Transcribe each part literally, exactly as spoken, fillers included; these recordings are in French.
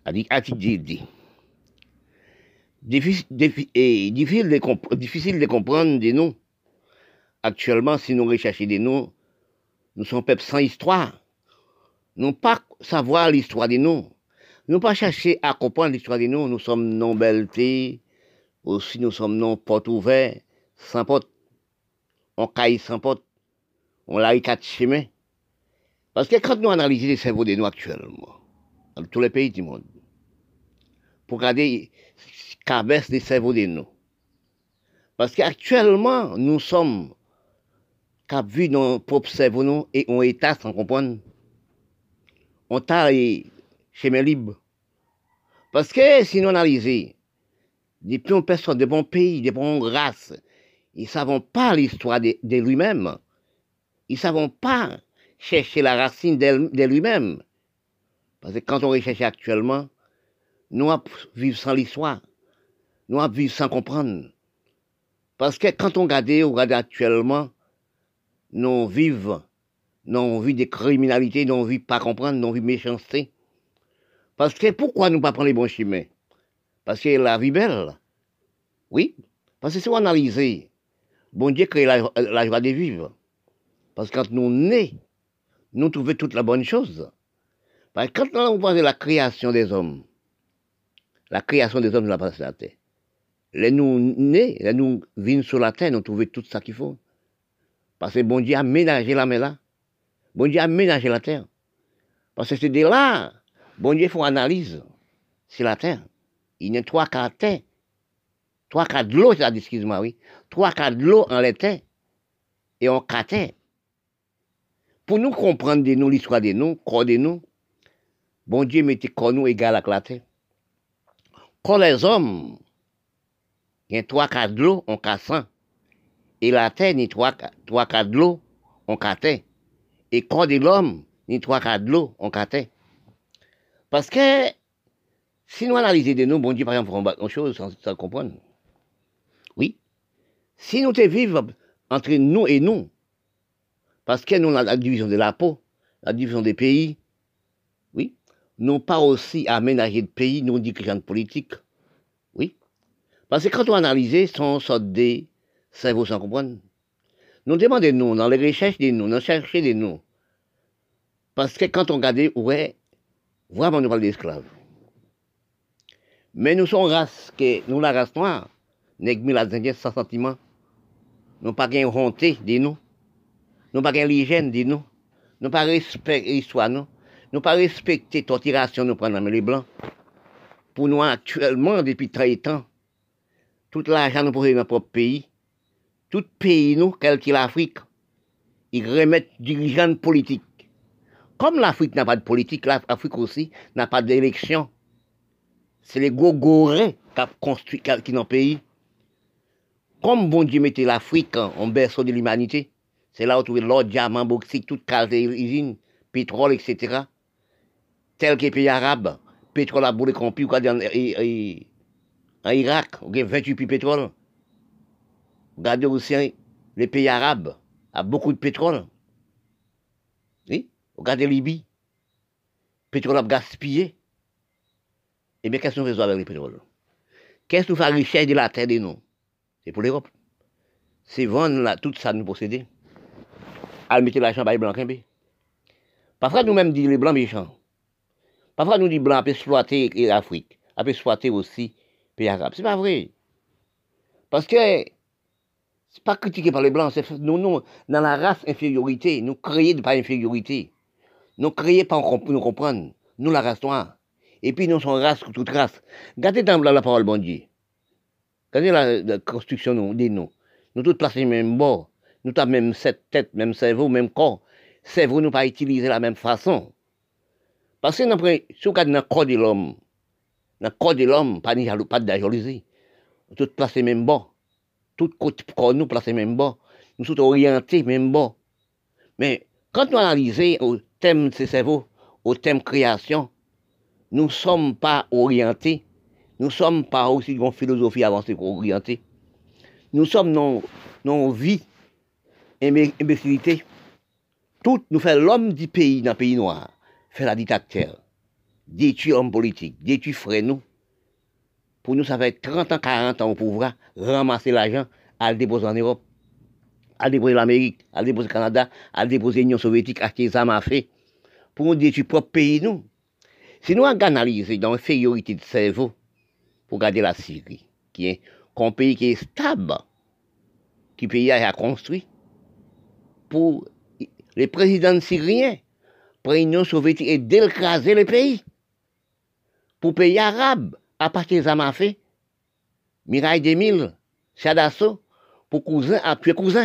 Adik atik di di. Difficile, diffi- et difficile, de comp- difficile de comprendre des noms. Actuellement, si nous recherchons des noms, nous sommes peuple sans histoire. Nous pas savoir l'histoire des noms. Nous pas chercher à comprendre l'histoire des noms. Nous sommes non belleté, aussi nous sommes non porte ouverte, sans porte, on caille sans porte, on la quatre chemin. Parce que quand nous analysons les cerveaux des noms actuellement, dans tous les pays du monde, pour regarder qu'abaisse des cerveaux des noms. Parce qu'actuellement, nous sommes cap vu nos propres cerveaux nous et on état sans comprendre. On t'a chemin libre. Parce que si nous analysons, depuis une personne de bons pays, de bonnes races, ils ne savent pas l'histoire de, de lui-même. Ils ne savent pas chercher la racine de, de lui-même. Parce que quand on recherche actuellement, nous vivons sans l'histoire. Nous vivons sans comprendre. Parce que quand on regarde, on regarde actuellement, nous vivons, nous vivons des criminalités, nous vivons pas comprendre, nous vivons méchanceté. Parce que pourquoi nous pas prendre les bons chemins? Parce que la vie belle. Oui. Parce que si on analyse, bon Dieu crée la, la joie de vivre. Parce que quand nous nés, nous trouvons toute la bonne chose. Parce que quand on voit la création des hommes, la création des hommes de la place de la terre, les nous nés, les nous vînes sur la terre, nous trouvons tout ça qu'il faut. Parce que bon Dieu a ménagé la mer là. Bon Dieu a ménagé la terre. Parce que c'est de là, bon Dieu fait une analyse sur la terre. Il y a trois quarts de terre. Trois quarts de l'eau, c'est-à-dire, excuse-moi, oui. Trois quarts de l'eau en l'été. Et on quatre. Pour nous comprendre de nous, l'histoire de nous, corps de nous, bon Dieu mettait corps nous égal avec la terre. Quand les hommes, il y a trois quarts de l'eau, on casse. Et la terre, il y a trois, trois quarts de l'eau, on quatre. Et corps de l'homme, il y a trois quarts de l'eau, on quatre. Parce que, si nous analysons de nous, bon Dieu, par exemple, on une chose sans, sans comprendre. Oui. Si nous te vivons entre nous et nous, parce que nous avons la division de la peau, la division des pays, oui, nous pas aussi aménager de pays, nous dirigeants politiques, oui. Parce que quand on analyse, son sorte de cerveau sans comprendre. Nous demandons nous, dans les recherches de nous, dans chercher de nous. Parce que quand on regarde, ouais, vraiment nous parlons d'esclaves. Mais nous sommes race, que nous la race noire, nous la Indiens sans sentiment. Nous pas gain honte de nous. Nous pas gain l'hygiène de nous. Nous pas respecter l'histoire nous. Nous pas respecter torturation nous prendre les blancs. Pour nous actuellement depuis trente ans, tout l'argent nous posons dans notre propre pays. Tout pays nous, quel qu'il l'Afrique, ils remettent dirigeants politiques. Comme l'Afrique n'a pas de politique, l'Afrique aussi n'a pas d'élection. C'est les gogorins qui ont construit qui dans le pays. Comme bon Dieu mettait l'Afrique en berceau de l'humanité, c'est là où on trouve l'or, diamant, bauxite, toute qualité d'usine, pétrole, et cetera. Tel que les pays arabes, pétrole a brûlé comme plus en, en Irak, on a vingt-huit puits pétrole. Regardez aussi les pays arabes, a beaucoup de pétrole. Oui, regardez Libye, pétrole a gaspillé. Eh bien, qu'est-ce qu'on fait avec le pétrole? Qu'est-ce qu'on fait la richesse de la terre de nous? C'est pour l'Europe. C'est vendre là, tout ça nous posséder. À mettre l'argent par les blancs. Parfois, nous-mêmes disons les blancs méchants. Parfois, nous disons les blancs peuvent exploiter l'Afrique, peuvent exploiter aussi les pays arabes. C'est pas vrai. Parce que c'est pas critiqué par les blancs, c'est nous, nous, dans la race infériorité, nous créés par infériorité. Nous créés par nous comprendre. Nous, la race noire. Et puis, nous sommes race, toute race. Regardez dans la parole, bon Dieu. Regardez la, la construction de nous. Nous tous placés même bord. Nous avons même cette tête, même cerveau, même corps. Cerveau, nous pas utiliser la même façon. Parce que si vous regardez dans le corps de l'homme, dans le corps de l'homme, pas de pas de jalousie. Nous tous placés même bord. Tout corps nous placés même bord. Nous sommes orientés même bord. Mais quand nous analysons au thème de ce cerveau, au thème création, nous ne sommes pas orientés. Nous ne sommes pas aussi une philosophie avancée qu'orientée. Nous sommes non, non vie, imbécilité. Tout nous fait l'homme du pays, dans le pays noir, fait la dictature. détruire l'homme politique, détruire frère nous. Pour nous, ça fait trente ans, quarante ans au pouvoir, ramasser l'argent, à le déposer en Europe, à le déposer l'Amérique, à le déposer le Canada, à le déposer l'Union soviétique, acheter des armes à feu, pour nous détruire propre pays, nous. Si nous analysons dans l'infériorité de cerveau, pour garder la Syrie, qui est un pays qui est stable, qui pays a construit, pour les présidents syriens, pour l'Union soviétique et d'écraser le pays, pour pays arabes, à partir des armes à feu, Mirail deux mille, Chadasso, pour cousin à tuer cousin.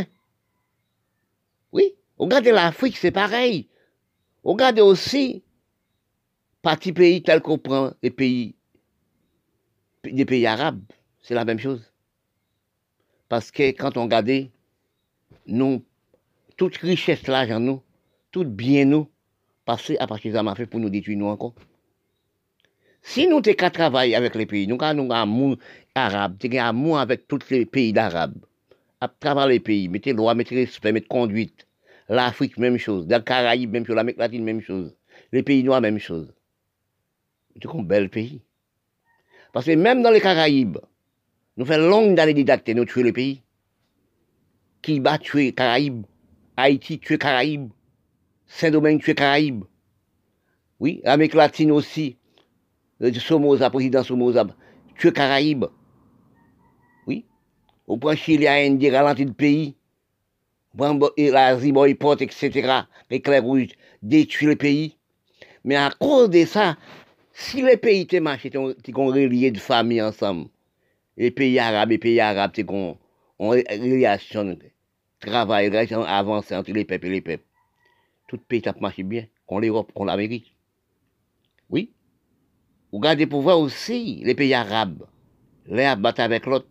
Oui, regardez l'Afrique, c'est pareil. Regardez aussi, partie pays tel qu'on prend les pays, des pays arabes, c'est la même chose. Parce que quand on regarde, nous, toute richesse là, nous, tout bien nous, passer à partir des armes à feu pour nous détruire nous encore. Si nous avons qu'à travailler avec les pays, nous avons un amour arabe, nous avons un amour avec tous les pays d'Arabes, à travers les pays, mettez loi, mettez respect, mettez conduite. L'Afrique, même chose. Dans le Caraïbes, même chose. L'Amérique latine, même chose. Les pays noirs, même chose. C'est un bel pays. Parce que même dans les Caraïbes, nous faisons longue années didactées, nous tuons les pays. Cuba tuer Caraïbes, Haïti tuer Caraïbes, Saint-Domingue tuer Caraïbes. Oui, l'Amérique latine aussi. Le Somoza, président Somoza, tuer Caraïbes. Oui. On prend Chili, Indien, ralenti le pays. On prend l'Asie, boycott, et cetera. Les clairs rouges, détruire le pays. Mais à cause de ça, si les pays étaient marchés, ils ont relié de famille ensemble. Les pays arabes, les pays arabes, ils ont une relation, travail, relation avancée entre les peuples et les peuples. Tout pays a marché bien, contre l'Europe, contre l'Amérique. Oui. Vous regardez pour voir aussi les pays arabes. L'un battre avec l'autre.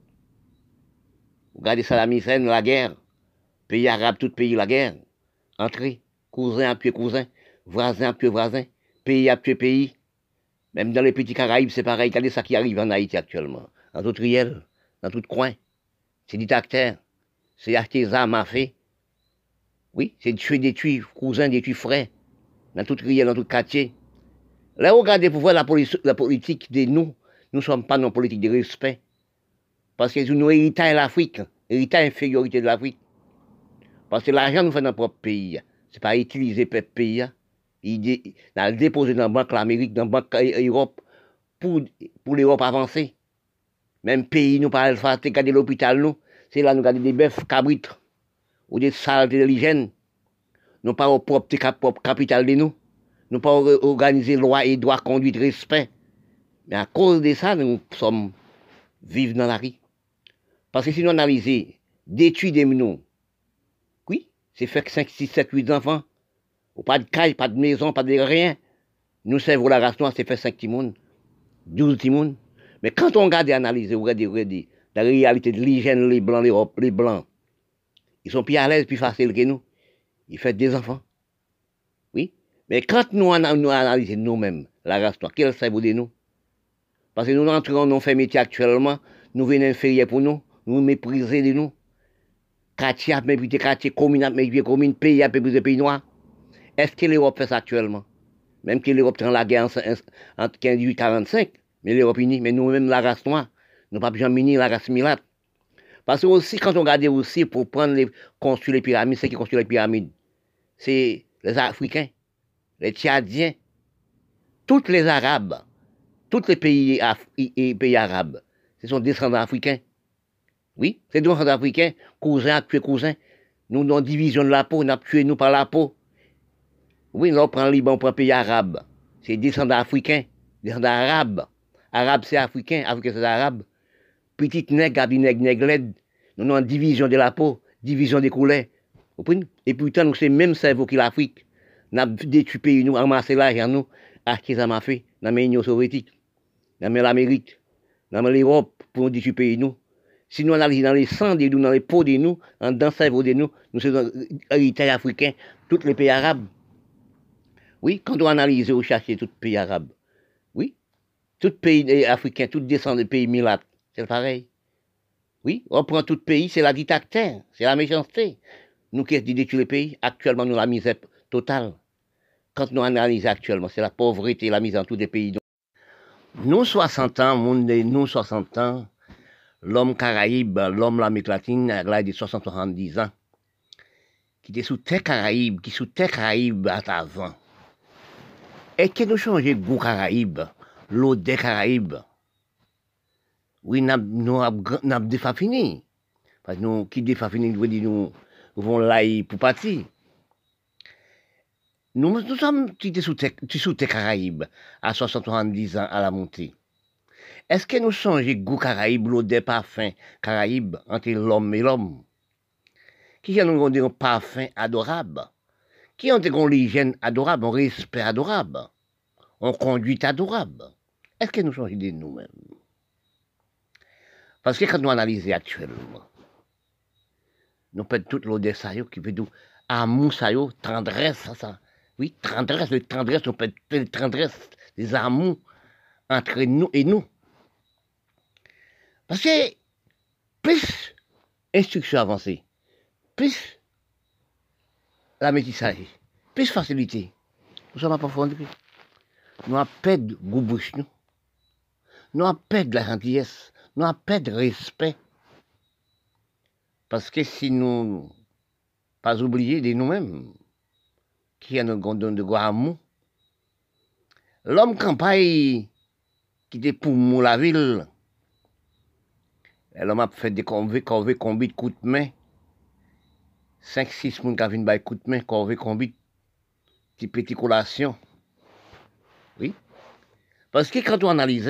Vous regardez Saddam Hussein, la guerre. Pays arabes, tout pays, la guerre. Entrée. Cousin à tuer cousin. Voisin à tuer voisin. Pays à tuer pays. Même dans les petits Caraïbes, c'est pareil. Regardez ça qui arrive en Haïti actuellement. Dans tout riel, dans tout coin. C'est dictateur. C'est acheter des armes à feu. Oui, c'est de tuer des tués, cousins, des tués frères. Dans tout riel, dans tout quartier. Là, regardez pour voir la, la politique de nous. Nous ne sommes pas dans la politique de respect. Parce que nous héritons l'Afrique. Héritons l'infériorité de l'Afrique. Parce que l'argent nous fait dans notre propre pays. Ce n'est pas utiliser pour le pays. Il a déposé dans la banque l'Amérique, dans la banque l'Europe, pour, pour l'Europe avancer. Même pays, nous parlons de garder l'hôpital, nous. C'est là nous garder des bœufs cabritres. Ou des salles de l'hygiène. Nous pas au propre, propre capital de nous. Nous pas organiser loi et droit, conduite, respect. Mais à cause de ça, nous sommes vivre dans la rue. Parce que si nous analysons, détruire des nous, oui, c'est fait que cinq, six, sept, huit enfants. Ou pas de caille, pas de maison, pas de rien. Nous servons la race noire, c'est fait cinq timounes, douze timounes. Mais quand on regarde et analyse, regarde, regarde, la réalité de l'hygiène, les blancs, les, les blancs, ils sont plus à l'aise, plus faciles que nous. Ils font des enfants. Oui. Mais quand nous, nous analysons nous-mêmes, la race noire, quel cerveau de nous? Parce que nous entrons, nous faisons métier actuellement, nous venons inférieurs pour nous, nous mépriser de nous. Quartier à mépriser quartier, commune à mépriser commune, pays à mépriser pays noir. Est-ce que l'Europe fait ça actuellement? Même que l'Europe prend la guerre entre quinze huit quarante-cinq, mais l'Europe unie, mais nous-mêmes la race noire, nous pas besoin de la race milate. Parce que aussi, quand on regarde aussi, pour prendre les, construire les pyramides, c'est qui construisent les pyramides, c'est les Africains, les Tchadiens, tous les Arabes, tous les pays, Af et pays arabes, ce sont descendants africains. Oui, c'est descendants africains, cousins, tués cousins. Nous, dans division de la peau, on a tué nous par la peau. Oui, là, on prend le Liban, on prend le pays arabe. C'est descendants africains, descendants arabes. Arabes, c'est africain, africain, c'est arabe. Petite nègre, abi nègre, nègre laide. Nous avons division de la peau, division des couleurs. Vous comprenez? Et pourtant, nous, c'est le même cerveau que l'Afrique. Nous avons détruit pays, nous, ramassé l'argent, nous, acheté ça m'a fait, dans l'Union soviétique, dans l'Amérique, dans l'Europe, pour nous détruire pays, nous. Si nous analysons dans les sangs de nous, dans les peaux de nous, dans le cerveau de nous, nous sommes héritage africain, tous les pays arabes. Oui, quand on analyse ou cherche tous les pays arabes, oui, tous les pays africains, tous descendants des pays milates, c'est pareil. Oui, on prend tout pays, c'est la dictature, c'est la méchanceté. Nous qui détruisons les pays, actuellement nous la misère totale. quand nous analysons actuellement, c'est la pauvreté, la mise en tous les pays. Nous, soixante ans, monde de nous, soixante ans, l'homme Caraïbe, l'homme de l'Amérique latine, là, de soixante soixante-dix ans, qui était sous terre Caraïbe, qui sous terre Caraïbe à avant. Et que nous changeons le goût Caraïbe, l'eau des Caraïbes. Oui, nous avons des fois fini. Parce que nous, qui des fois fini, nous nous vont là pour partir. Nous, nous sommes sous terre Caraïbe à soixante soixante-dix ans à la montée. Est-ce que nous changeons le goût Caraïbe, l'eau des parfums Caraïbes entre l'homme et l'homme? Qui ont un parfum adorable? Qui ont l'hygiène adorable, un respect adorable, une conduite adorable? Est-ce que nous changeons de nous-mêmes? Parce que quand nous analysons actuellement, nous perdons toute l'odeur qui veut dire amour, tendresse, ça, ça. Oui, tendresse, le tendresse, nous perdons la tendresse, les amours entre nous et nous. Parce que plus instruction avancée, plus la métissage, plus facilité, nous sommes approfondis. Nous avons perdu le goût bouche, nous. Nous avons perdu la gentillesse, nous avons perdu le respect. Parce que si nous pas oublier de nous-mêmes, qui a notre de gros amour, l'homme campagne qui était pour nous la ville, l'homme a fait des convés, convés, combis de coups de main, cinq six personnes qui viennent par coups de main, convés, combis, petit petit collation. Oui. Parce que quand on analyse,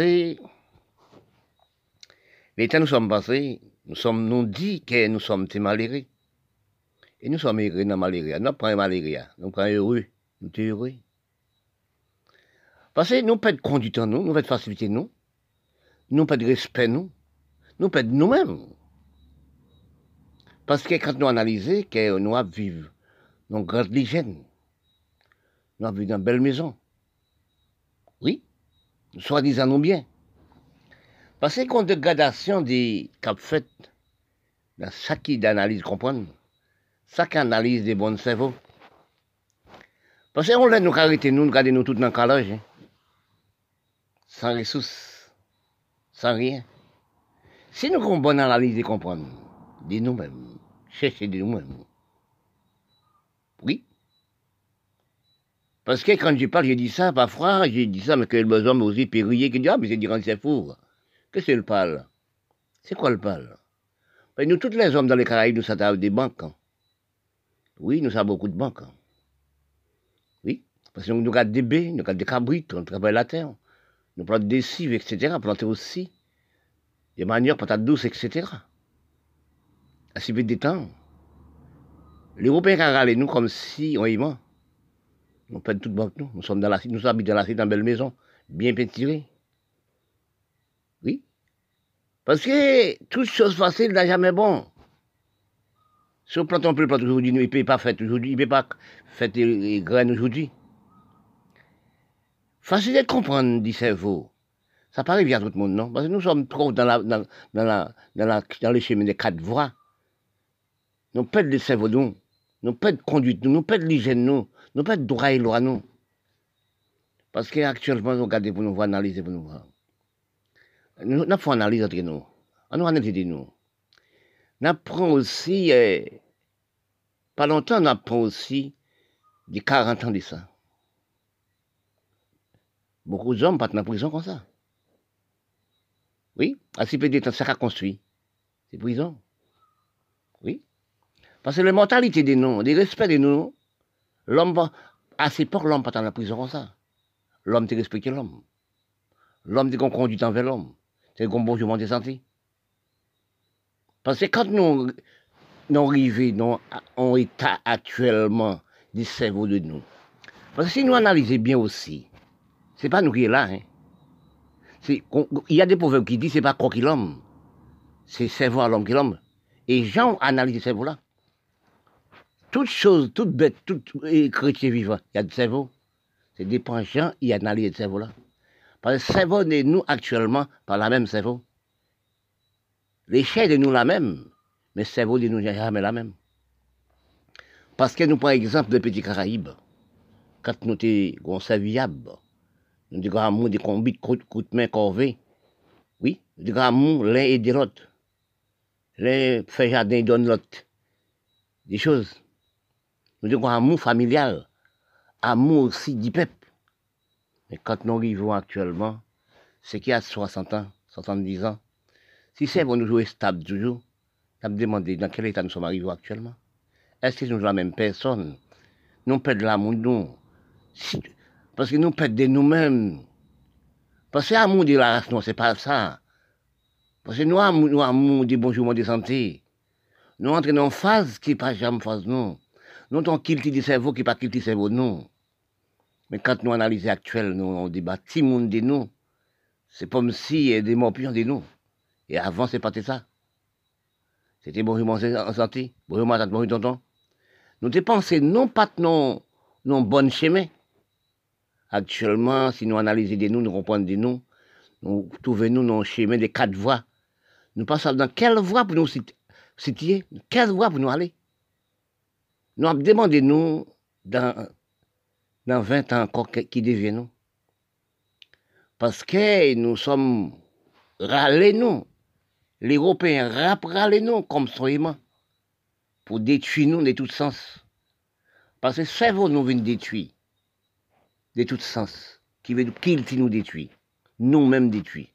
les temps nous sommes passés, nous sommes nous dit que nous sommes malheureux. Et nous sommes heureux dans malheureux. Nous prenons malheureux. Nous prenons heureux. Nous sommes heureux. Parce que nous perdons conduite en nous, nous perdons facilité nous, nous perdons respect nous, nous perdons nous-mêmes. Parce que quand nous analysons, que nous vivons dans une grande hygiène, nous vivons dans une belle maison. Oui, soi-disant nous bien. Parce que qu'on dégradation des cap fait dans chaque d'analyse comprendre, chaque analyse des bons cerveaux. Parce qu'on laisse nous arrêter nous, nous garder nous tout dans le calage, hein, sans ressources, sans rien. Si nous avons une bonne analyse et comprendre, de nous-mêmes, chercher de nous-mêmes. Oui. Parce que quand je parle, j'ai dit ça, parfois, j'ai dit ça, mais que le besoin aussi périllé, qui dit, ah, mais c'est dire c'est fou. Qu'est-ce que c'est le pal? C'est quoi le pal? Ben, nous, tous les hommes dans les Caraïbes, nous savons des banques. Hein. Oui, nous savons beaucoup de banques. Hein. Oui, parce que nous avons des baies, nous avons des cabrites, on travaille la terre. Nous plantons des cives, et cetera. Planter aussi des maniocs, patates douces, et cetera. À si vite des temps. Les Européens râlent nous comme si on y ment. Nous perdons toute banque, nous. Nous sommes dans la cité, nous habitons dans la cité, dans une belle maison, bien peinturée. Oui. Parce que toute chose facile n'est jamais bon. Si on plante un peu le plante aujourd'hui, il ne peut pas faire aujourd'hui, il ne peut pas faire les graines aujourd'hui. Facile de comprendre du cerveau. Ça paraît bien à tout le monde, non? Parce que nous sommes trop dans, la, dans, dans, la, dans, la, dans les chemins des quatre voies. Nous perdons le cerveau, nous. Nous perdons la conduite, nous. Nous perdons l'hygiène, nous. Nous perdons le droit et loi, nous. Parce qu'actuellement, nous regardons pour nous voir, analyser pour nous voir. Nous avons une analyse entre nous. Nous analysons nous. Nous apprenons aussi, euh, pas longtemps, nous apprenons aussi des quarante ans de ça. Beaucoup d'hommes partent dans la prison comme ça. Oui, à si peu de temps, ça a construit. C'est prison. Oui. Parce que la mortalité de nous, le respect de nous, l'homme, à cette époque, l'homme part dans la prison comme ça. L'homme te respecte l'homme. L'homme te conduit envers l'homme. C'est un bon jugement de santé. Parce que quand nous, nous arrivons dans un état actuellement du cerveau de nous, parce que si nous analysons bien aussi, c'est pas nous qui sommes là. Hein. Il y a des proverbes qui disent que ce n'est pas quoi qui l'homme, c'est cerveau à l'homme qui l'homme. Et Jean analyse ce cerveau-là. Toute chose, toute bête, tout chrétien vivant, il y a du cerveau. C'est dépend Jean, il analyse ce cerveau-là. Parce que le cerveau de nous actuellement, par la même cerveau. L'échelle de nous la même, mais le cerveau de nous n'est jamais la même. Parce que nous prenons exemple de Petit Caraïbes. quand nous sommes serviables, nous disons amour des combits, coup de main corvée. Oui, nous disons amour l'un et de l'autre. L'un fait jardin, donne l'autre. Des choses. Nous disons amour familial, amour aussi du peuple. Mais quand nous vivons actuellement, c'est qu'il y a soixante ans, soixante-dix ans, si c'est pour nous jouer stable toujours, nous avons demandé dans quel état nous sommes arrivés actuellement. Est-ce que nous sommes la même personne? Nous perdons l'amour de nous. Parce que nous perdons nous-mêmes. Parce que l'amour de la race, non, c'est pas ça. Parce que nous avons l'amour du bonjour de santé. Nous entrons dans une phase qui n'est pas jamais phase, non. Nous avons qualité du cerveau qui n'est pas qualité du cerveau, non. Mais quand nous analysons actuel, nous on débat, si le monde de nous, c'est comme si il y a des morts plus de nous. Et avant, c'est pas ça. C'était bonjour en santé, bonjour madame, bonjour tonton. Nous dépensons non pas non, non bon chemin. Actuellement, si nous analysons des nous, nous comprenons des nous, nous trouvons nous dans le chemin des quatre voies. Nous passons dans quelle voie pour nous situer, quelle voie pour nous aller. Nous avons demandé nous, dans, dans vingt ans encore, qui devient nous. Parce que nous sommes râlés nous. Les Européens rap râlés nous comme souvent pour détruire nous de tous sens. Parce que le cerveau nous vient détruire de tous sens, qui veut qu'il nous détruit, nous-mêmes détruits.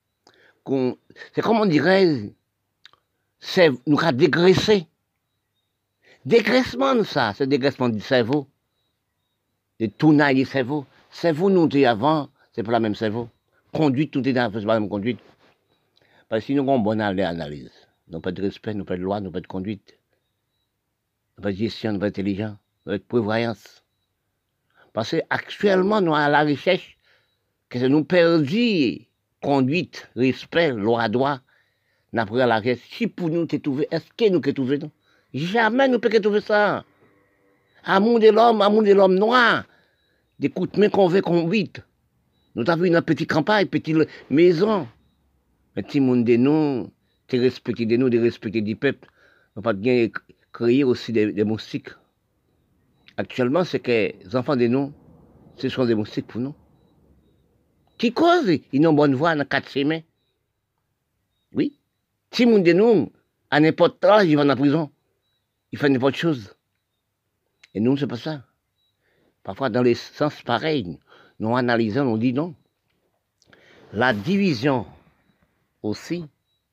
C'est comme on dirait, c'est nous avons dégraissé. Dégraissement de ça, c'est dégraissement du cerveau, de tout du cerveau. Cerveau nous dit avant, c'est pas la même cerveau. Conduite, tout est dans c'est pas la même conduite. Parce que si nous avons une bonne analyse, nous pas de respect, nous pas de loi, nous pas de conduite, nous pas de gestion, nous pas d'intelligence, nous pas de prévoyance. Parce qu'actuellement, nous sommes à la recherche que nous perdons conduite, respect, loi, droit. Nous avons la recherche. Si pour nous, c'est trouvé, est-ce que nous pouvons trouver ça? Jamais nous ne pouvons trouver ça. Amour de l'homme, amour de l'homme noir. Des coups de main qu'on veut conduite. Nous avons une petite campagne, une petite maison. Mais si monde de nous, c'est respecter de nous, de respecter du peuple. Nous pas bien créer aussi des, des moustiques. Actuellement, c'est que les enfants de nous, ce sont des moustiques pour nous. Qui cause? Ils ont une bonne voie dans quatre chemins. Oui. Si les gens de nous, à n'importe quel âge, ils vont en prison. Ils font n'importe chose. Et nous, c'est pas ça. Parfois, dans les sens pareils, nous analysons, on dit non. La division aussi,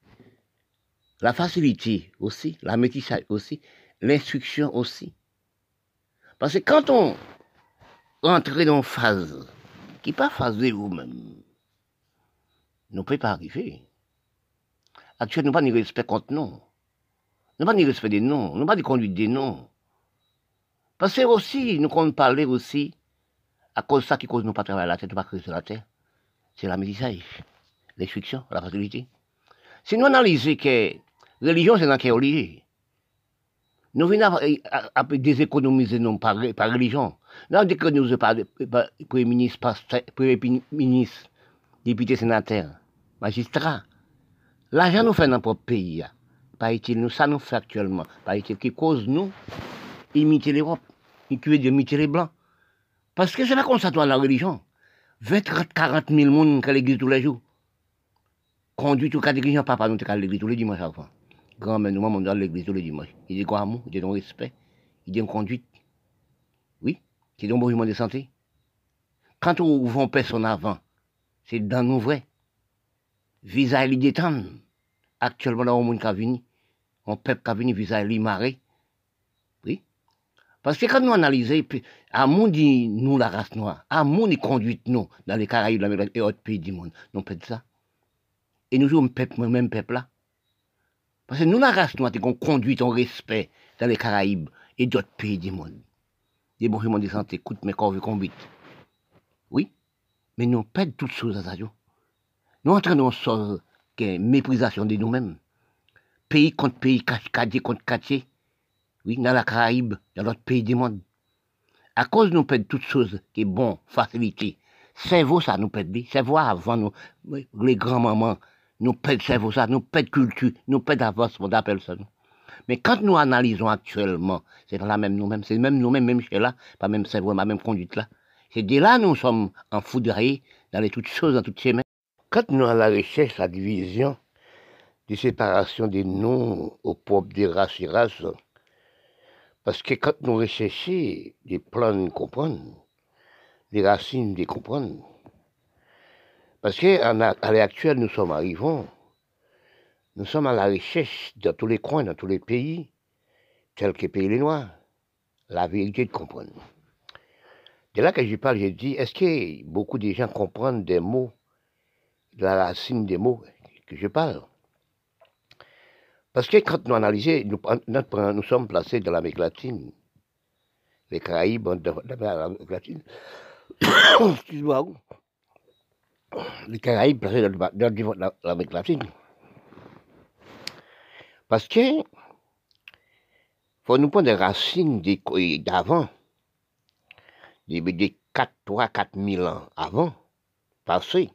la facilité aussi, la métissage aussi, l'instruction aussi. Parce que quand on rentre dans une phase, qui n'est pas phase de vous-même, nous ne pouvons pas arriver. Actuellement, nous n'avons pas de respect contre nous. Nous n'avons pas de respect des noms, nous n'avons pas de conduite des noms. Parce que aussi, nous comptons parler aussi, à cause de ça qui cause nous pas travailler la tête, nous pas créer sur la terre, c'est la métissage, l'instruction, la facilité. Si nous analysons que la religion, c'est dans quelle religion, nous venons à déséconomiser non par, par religion. Nous avons déconomisé par Premier ministre, Premier ministre, député, sénateur, magistrat. L'argent nous fait dans notre pays. Pas utile, nous, ça nous fait actuellement. Pas utile, qui cause nous imiter l'Europe, qui veut dire imiter les Blancs. Parce que c'est pas comme ça, toi, la religion. vingt, trente, quarante mille personnes qui à l'église tous les jours. Conduit tout cas d'église, papa, nous, à l'église tous les dimanches, enfin. Grand-mère, nous, maman, nous, à l'église tous les dimanches. Il dit quoi, amour, il dit non respect, il dit une conduite. Oui, c'est un bon mouvement de santé. Quand on voit personne avant, c'est dans nous vrai. Visa il détend. Actuellement, dans le monde qui a venu, on peuple qui a venu, visa il marre. Oui. Parce que quand nous analysons, amour dit nous la race noire, amour dit conduite nous dans les Caraïbes, l'Amérique et autres pays du monde. Nous faisons ça. Et nous jouons le même peuple là. Parce que nous, la race noire, qu'on conduit en respect dans les Caraïbes et d'autres pays du monde. Des bons mouvements de santé, coûte mes corps, conduite. Oui. Mais nous perdons toutes choses à ça. Nous entrons dans une sorte de méprisation de nous-mêmes. Pays contre pays, quartier contre quartier. Oui, dans la Caraïbe, dans l'autre pays du monde. À cause de nous perdre toutes choses qui est bon, facilité. Cerveau, ça nous perd. Cerveau avant, nous, les grands-mamans, nous perdons cerveau, ça, nous perdons culture, nous perdons avancement, on appelle ça. Mais quand nous analysons actuellement, c'est pas la même nous-mêmes, c'est même nous-mêmes, même chez là, pas même cerveau, pas même conduite là. C'est de là nous sommes enfoudrés dans les toutes choses, dans toutes ces mains. Quand nous avons la recherche, la division, de séparation des noms au propre des races et races, parce que quand nous recherchons des plans de comprendre, des racines de comprendre, parce qu'à l'heure actuelle, nous sommes arrivés, nous sommes à la recherche dans tous les coins, dans tous les pays, tels que les pays les Noirs, la vérité de comprendre. De là que je parle, j'ai dit, est-ce que beaucoup de gens comprennent des mots, de la racine des mots que je parle? Parce que quand nous analysons, nous, nous, nous sommes placés dans l'Amérique latine, les Caraïbes, dans l'Amérique latine, excuse-moi, les Caraïbes placés dans, dans l'Amérique latine. Parce que faut nous prendre des racines d'avant, des, des quatre, trois, quatre mille ans avant, passé.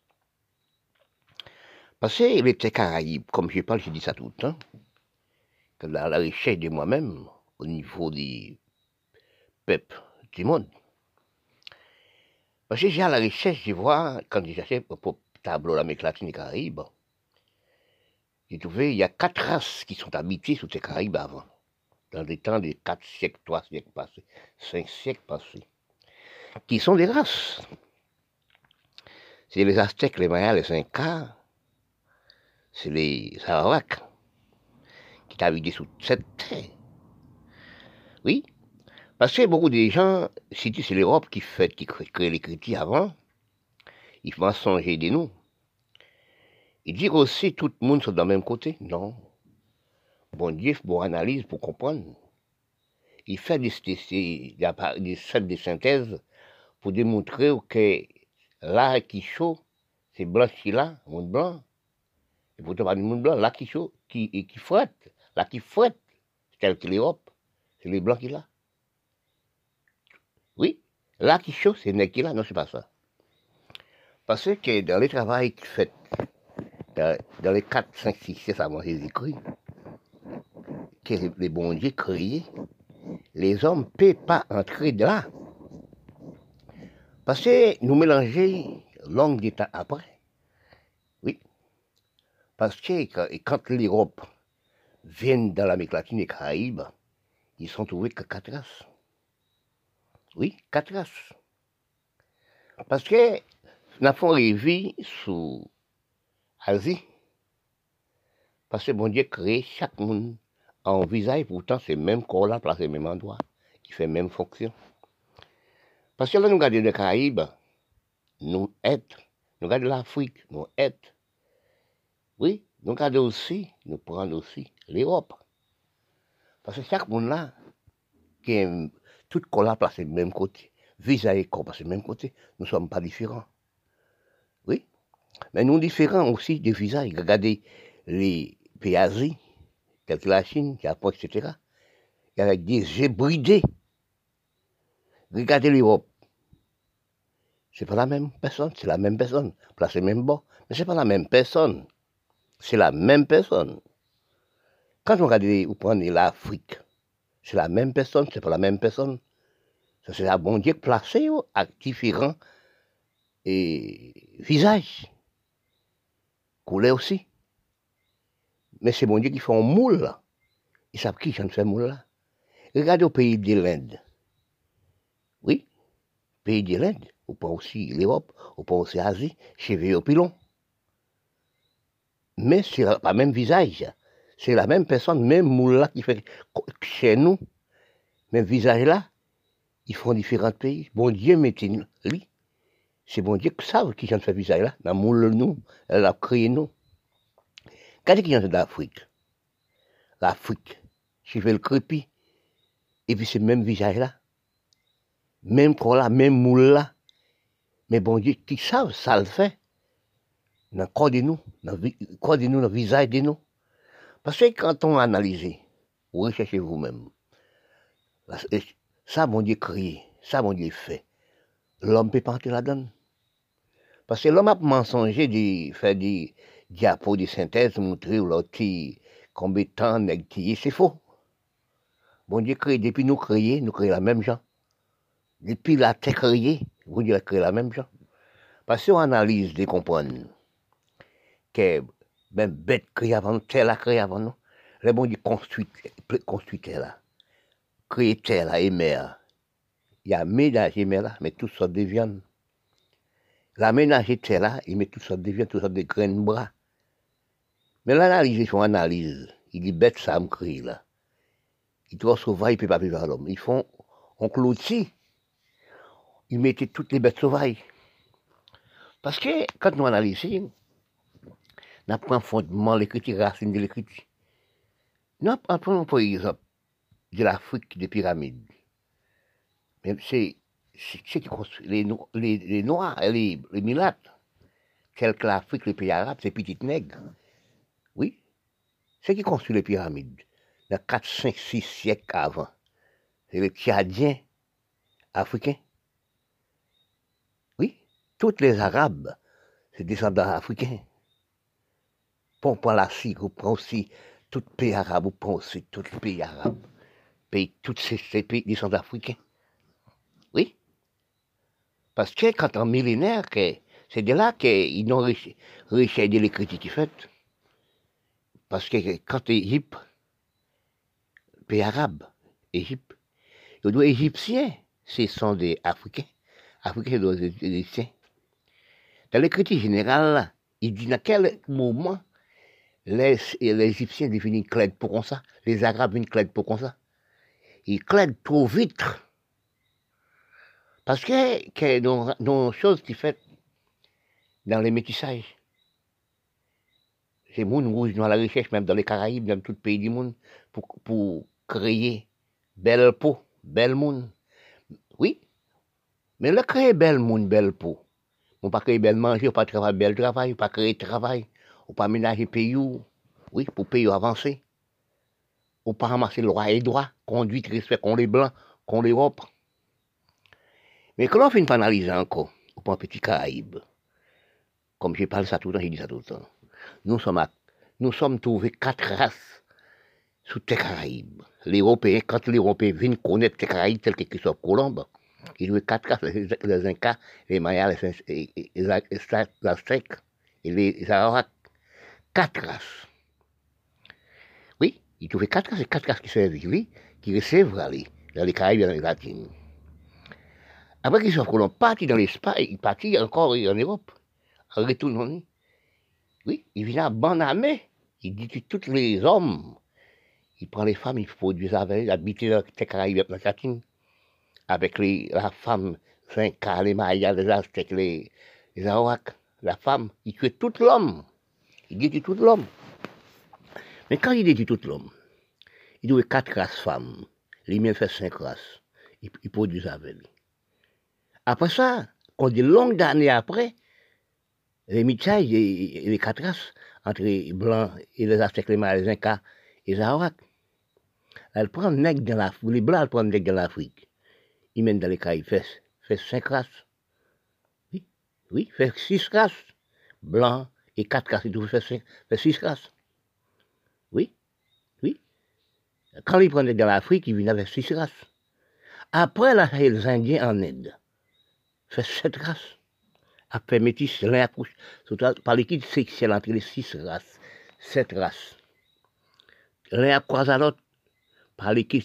Parce que les Caraïbes, comme je parle, je dis ça tout le temps, que la, la recherche de moi-même, au niveau des peuples du monde. Parce que j'ai à la recherche, je vois, quand j'ai cherché pour tableau de l'Amérique latine et Caraïbes, j'ai trouvé il y a quatre races qui sont habitées sur ces Caraïbes avant, dans des temps de quatre siècles, trois siècles passés, cinq siècles passés, qui sont des races. C'est les Aztèques, les Mayas, les Incas, c'est les Arawaks, qui sont habités sur cette terre. Oui, parce que beaucoup de gens, si c'est l'Europe qui fait, qui crée les critiques avant, ils vont songer de nous. Ils disent aussi tout le monde sont dans le même côté. Non. Bon Dieu, bon analyse pour comprendre. Il fait des, des, des, des synthèses pour démontrer que là qui chaud, c'est blanc qui là, monde blanc. Et pourtant pas du monde blanc, là qui chaud, qui, qui fouette, là qui fouette, c'est tel que l'Europe, c'est les blancs qui là. Oui, là qui chaud, c'est les qui là, non, c'est pas ça. Parce que dans les travaux qui fait, dans, dans les quatre, cinq, six, sept avant Jésus-Christ, que les bons dieux créés, les hommes ne peuvent pas entrer là. Parce que nous mélangeons langue d'État après. Oui. Parce que quand l'Europe vient dans l'Amérique latine et les Caraïbes, ils sont trouvés que quatre races. Oui, quatre races. Parce que nous avons rêvé sur Asie. Parce que bon Dieu crée chaque monde en visage, pourtant c'est le même corps là, placé au même endroit, qui fait la même fonction. Parce que là, nous regardons les Caraïbes, nous êtres, nous regardons l'Afrique, nous êtres. Oui, nous regardons aussi, nous prenons aussi l'Europe. Parce que chaque monde là, qui est tout corps là, placé au même côté, visage et corps placé au même côté, nous ne sommes pas différents. Oui, mais nous différents aussi des visages. Regardez les pays Asie, tels que la Chine, le Japon, et cetera, avec des yeux bridés. Regardez l'Europe. C'est pas la même personne, c'est la même personne, placée même bas, mais c'est pas la même personne. C'est la même personne. Quand on regarde, vous prenez l'Afrique, c'est la même personne, c'est pas la même personne. Ça c'est la bon Dieu placé à différents et, visages, couleurs aussi. Mais c'est bon Dieu qui fait un moule là. Ils savent qui j'en fais moule là. Regardez au pays de l'Inde. Oui, pays de l'Inde. Ou pas aussi l'Europe, ou pas aussi l'Asie, cheveux au pilon. Mais c'est pas le même visage. C'est la même personne, même moule là qui fait chez nous. Même visage là, ils font différents pays. Bon Dieu mettez lui. C'est bon Dieu qui savent qui j'en fait visage là. La moule nous, elle a créé nous. Regardez qui j'en d'Afrique. L'Afrique, cheveux le crépi. Et puis c'est le même visage là. Même corps là, même moule là. Mais bon Dieu, qui savent, ça le fait. Dans le corps de nous, dans le corps de nous, dans le visage de nous. Parce que quand on analyse, vous recherchez vous-même. Ça, bon Dieu créé, ça, bon Dieu fait. L'homme ne peut pas entrer là-dedans. Parce que l'homme a mensonger de faire des diapos, des synthèses, montrer l'autre Combien de temps nèg tillé, c'est faux. Bon Dieu crée, depuis nous créer, nous créons la même gens. Depuis la terre créée, bon Dieu a créé la même gens. Parce qu'on analyse de comprendre que même bête créée avant nous, terre la créée avant nous, le bon Dieu construit, construit terre là, créé terre là et mer. Il y a ménagé mer là, mais toutes sortes de viandes. La ménagé terre là, il met toutes sortes de viandes, toutes sortes de graines de bras. Mais l'analyse, ils font analyse. Il dit bête ça me crée là. Ils trouvent sauvage, ils ne peuvent pas vivre à l'homme. Ils font, on clôtit. Ils mettaient toutes les bêtes sauvages. Parce que quand nous analysons, nous apprenons fondement l'écriture, racine de l'écriture. Nous apprenons par exemple de l'Afrique des pyramides. C'est ce qui construit les, les, les Noirs, les, les Milates, tels que l'Afrique, les pays arabes, c'est petites nègres. Oui, c'est qui construit les pyramides. Dans quatre, cinq, six siècles avant. C'est les Tchadiens africains. Oui, tous les Arabes, c'est descendants africains. On prend la Syrie, on prend aussi tout les pays arabes, on prend aussi tous les pays arabes. Pays, tous ces, ces pays descendants africains. Oui. Parce que quand en millénaire, c'est de là qu'ils ont réussi de l'écriture qui fait. Parce que quand l'Égypte, pays arabe, Égypte, les Égyptiens, ce sont des Africains. Africains, c'est des Égyptiens. Dans l'écriture générale, il dit à quel moment les, les Égyptiens deviennent clairs pour comme ça, les Arabes deviennent clairs pour comme ça. Ils claident trop vite. Parce que, que dans, dans choses qui fait dans les métissages, c'est le monde rouge dans la recherche, même dans les Caraïbes, dans tout le pays du monde, pour, pour créer belle peau, belle monde. Oui, mais le créer belle monde, belle peau. On ne peut pas créer belle manger, on ne peut pas travailler bel travail, on ne peut pas créer travail, on ne peut pas ménager pays, oui, pour pays avancer. On ne peut pas ramasser le droit et droit, conduite, respect qu'on les blancs, qu'on les l'Europe. Mais quand on fait une analyse encore, on prend un petit Caraïbe. Comme je parle ça tout le temps, je dis ça tout le temps. Nous sommes, à, nous sommes trouvés quatre races sous les Caraïbes. Les Européens, quand les Européens viennent connaître les Caraïbes tels que Christophe Colomb, ils ont quatre races, les, les Incas, les Mayas, les, les, les Aztèques et les Arawaks. Quatre races. Oui, ils trouvaient quatre races, c'est quatre races qui servent, oui, qui reçoivent aller dans les Caraïbes et dans les Latines. Après Christophe Colomb partit dans l'espace, il partit encore en Europe, en retournant. Oui, il vient à Banamé, il dit tous les hommes, il prend les femmes, il produit avec elles, il habite dans les Caraïbes, dans la Latine, avec les, la femme, les Incas, les Mayas, les Aztèques, les, les Arawaks, la femme, il tue tout l'homme, il dit tout l'homme. Mais quand il dit tout l'homme, il doit quatre races femmes, les miens fait cinq races, il, il produit avec lui. Après ça, quand des longues années après, les métissages et les quatre races, entre les blancs et les Aztèques, les Mayas, les Incas et les Arawaks, elles prennent nègres dans l'Afrique, les blancs elles prennent nègres dans l'Afrique. Ils mènent dans les Caraïbes, fait, fait cinq races. Oui, oui, fait six races. Blancs et quatre races, ils fait, cinq, fait six races. Oui, oui. Quand ils prennent dans l'Afrique, ils viennent avec six races. Après, là, les Indiens en Inde, fait sept races. Après, métis, l'un accouche. Par l'équipe sexuelle entre les six races, sept races. L'un accroise à l'autre. Par l'équipe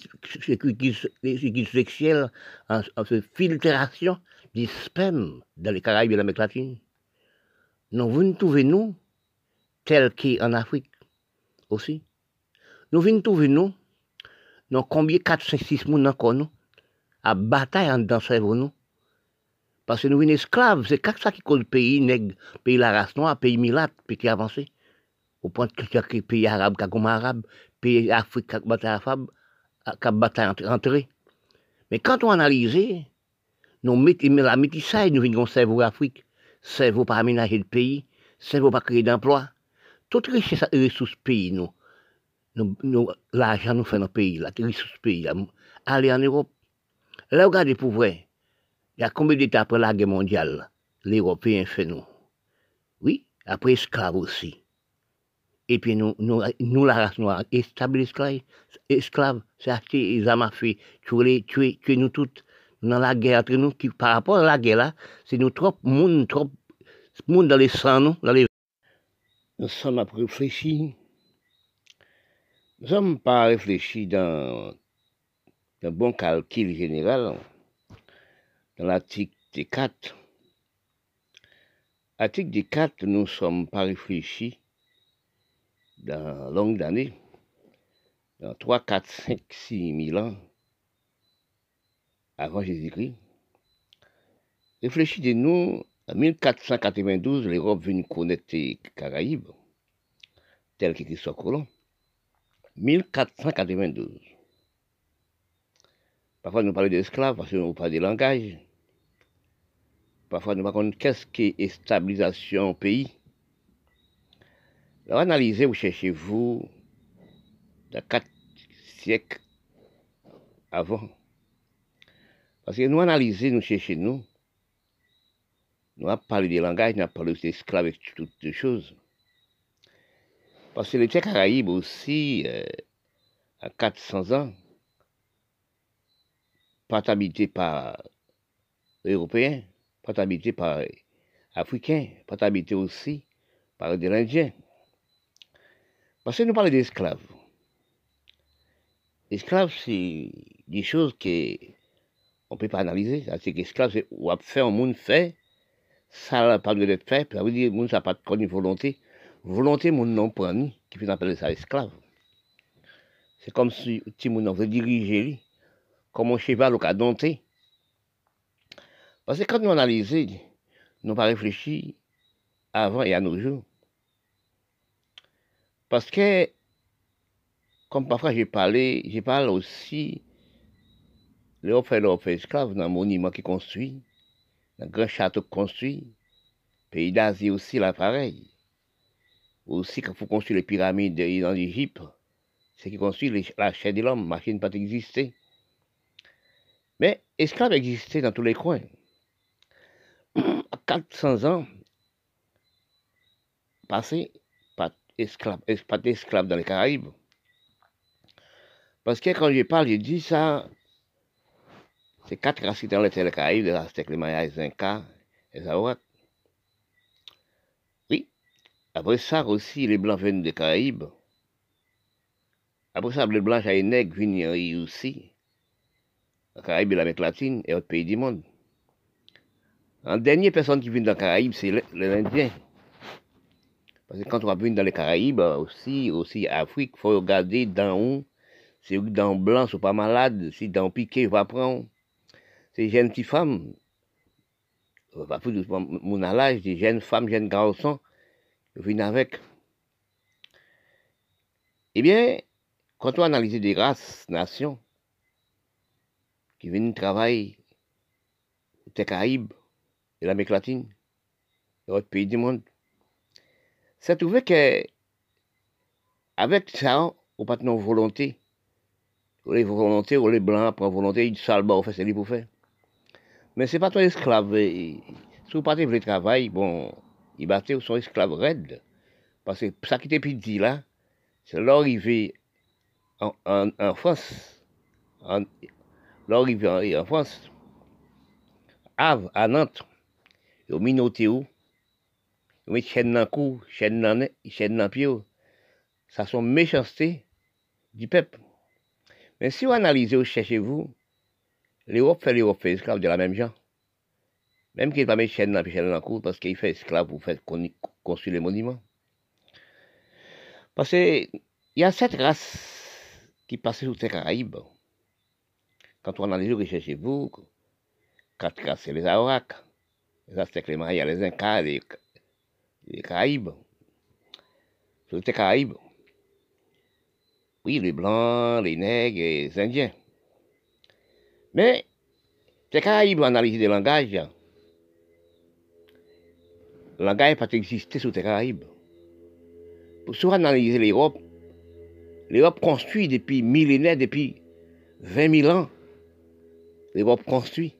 sexuelle en, en filtration du sperme dans les Caraïbes et l'Amérique latine. Nous venons trouver nous, tels qu'en Afrique aussi. Nous venons trouver nous, nous combien quatre, cinq, six personnes encore nous, à bataille dans le cerveau nous. Parce que nous venons esclaves, c'est ça qui cause le pays nègre, pays la race noire, pays milate, pays avancé. Au point que les pays arabes, comme arabe, pays Afrique, qui bataille arabe, qui bataille entrée. Mais quand on analyse, nous mettons la métissage, nous venons cerveau Afrique, cerveau pour aménager le pays, cerveau pour créer d'emplois. Toute richesse et ressources pays, nous, nous, nous l'argent nous fait dans le pays, la ressources pays, là, aller en Europe. Là, regardez pour vrai. Il y a combien d'États après la guerre mondiale, les Européens fait nous? Oui, après esclaves aussi. Et puis nous, nous, nous la race noire, établis esclaves, esclaves, c'est acheter les armes à feu, tuer, tuer, tuer nous toutes dans la guerre entre nous, qui, par rapport à la guerre là, c'est nous trop monde, trop monde dans les sangs, nous, dans les... Nous sommes à réfléchir. Nous sommes pas réfléchis dans un bon calcul général, dans l'article D quatre. L'article D quatre, nous ne sommes pas réfléchis dans longues années, dans trois, quatre, cinq, six mille ans avant Jésus-Christ. Réfléchissez-nous, en mille quatre cent quatre-vingt-douze, l'Europe venue connaître les Caraïbes, tel que Christophe Colomb. mille quatre cent quatre-vingt-douze. Parfois, nous parlons d'esclaves parce que nous parlons des langages. Parfois, nous parlons de qu'est-ce qu'est stabilisation au pays. Alors, analysez, vous cherchez-vous, dans quatre siècles avant. Parce que nous analysons, nous cherchons, nous. Nous avons parlé des langages, nous avons parlé des esclaves et toutes les choses. Parce que les Caraïbes aussi, euh, à quatre cents ans, pas habité par Européens, pas habité par Africains, pas habité aussi par des Indiens. Parce que nous parlons d'esclaves. Esclaves, c'est des choses qu'on ne peut pas analyser. C'est qu'esclaves, c'est ou à faire un monde fait, ça n'a pas d'être fait, ça veut dire que ça n'a pas de volonté. Volonté, mon nom prend, qui peut appeler ça esclave. C'est comme si petit moun veut diriger, comme un cheval au cas dompté. Parce que quand nous analysons, nous n'avons pas réfléchi avant et à nos jours. Parce que, comme parfois j'ai parlé, j'ai parlé aussi, l'Europe fait l'Europe fait esclave dans le monument qui construit, dans le grand château construit, pays d'Asie aussi, là, pareil. Aussi, quand il faut construire les pyramides dans l'Égypte, c'est qui construit les, la chair de l'homme, machine pas exister. Mais esclaves existaient dans tous les coins. À quatre cents ans, passé, pas d'esclaves pas d'esclaves dans les Caraïbes. Parce que quand je parle, je dis ça, c'est quatre races qui étaient dans les Caraïbes, les Aztèques, les Mayas, les Incas, les Arawaks. Oui. Après ça aussi, les Blancs viennent des Caraïbes. Après ça, les Blancs et les Nègres viennent aussi. Les Caraïbes et l'Amérique latine et autres pays du monde. La dernière personne qui vient dans les Caraïbes, c'est les Indiens. Parce que quand on va venir dans les Caraïbes, aussi, aussi Afrique, il faut regarder dans où. C'est dans blanc, sont pas malades. Si dans piqué, va prendre. C'est jeunes petites femmes. Pas plus mon âge, des jeunes femmes, jeunes garçons, qui viennent avec. Eh bien, quand on analyse des races, nations, qui viennent travailler aux Caraïbes et l'Amérique latine, et autres pays du monde, c'est trouvé que, avec ça, on n'a pas de volonté. Les volontés, ou les blancs prennent volonté, ils savent pas faire ce qu'ils pour faire. Mais c'est pas ton esclave. Si vous partez pour le travail, bon, ils battent son esclave raide. Parce que ça qui était dit là, c'est l'arrivée en, en, en France. En, l'arrivée en, en France. Havre, à Nantes, au Minotéo, ils mettent chaîne dans le cou, chaîne dans le pied. Ça sont méchancetés du peuple. Mais si vous analysez ou cherchez-vous, l'Europe fait l'Europe fait esclave de la même genre. Même qu'il ne pas mettre chaîne dans le cou parce qu'il fait esclave pour faire construire les monuments. Parce qu'il y a cette race qui passait sur les Caraïbes. Quand on analyse, recherchez-vous, quatre races, c'est les Arawaks, les Aztèques, les Mayas, les Incas, les, les Caraïbes. Sur les Caraïbes. Oui, les Blancs, les Nègres et les Indiens. Mais, les Caraïbes ont analysé des langages. Le langage n'a pas existé sur les Caraïbes. Pour analyser l'Europe, l'Europe construit depuis millénaires, depuis vingt mille ans. L'Europe construit.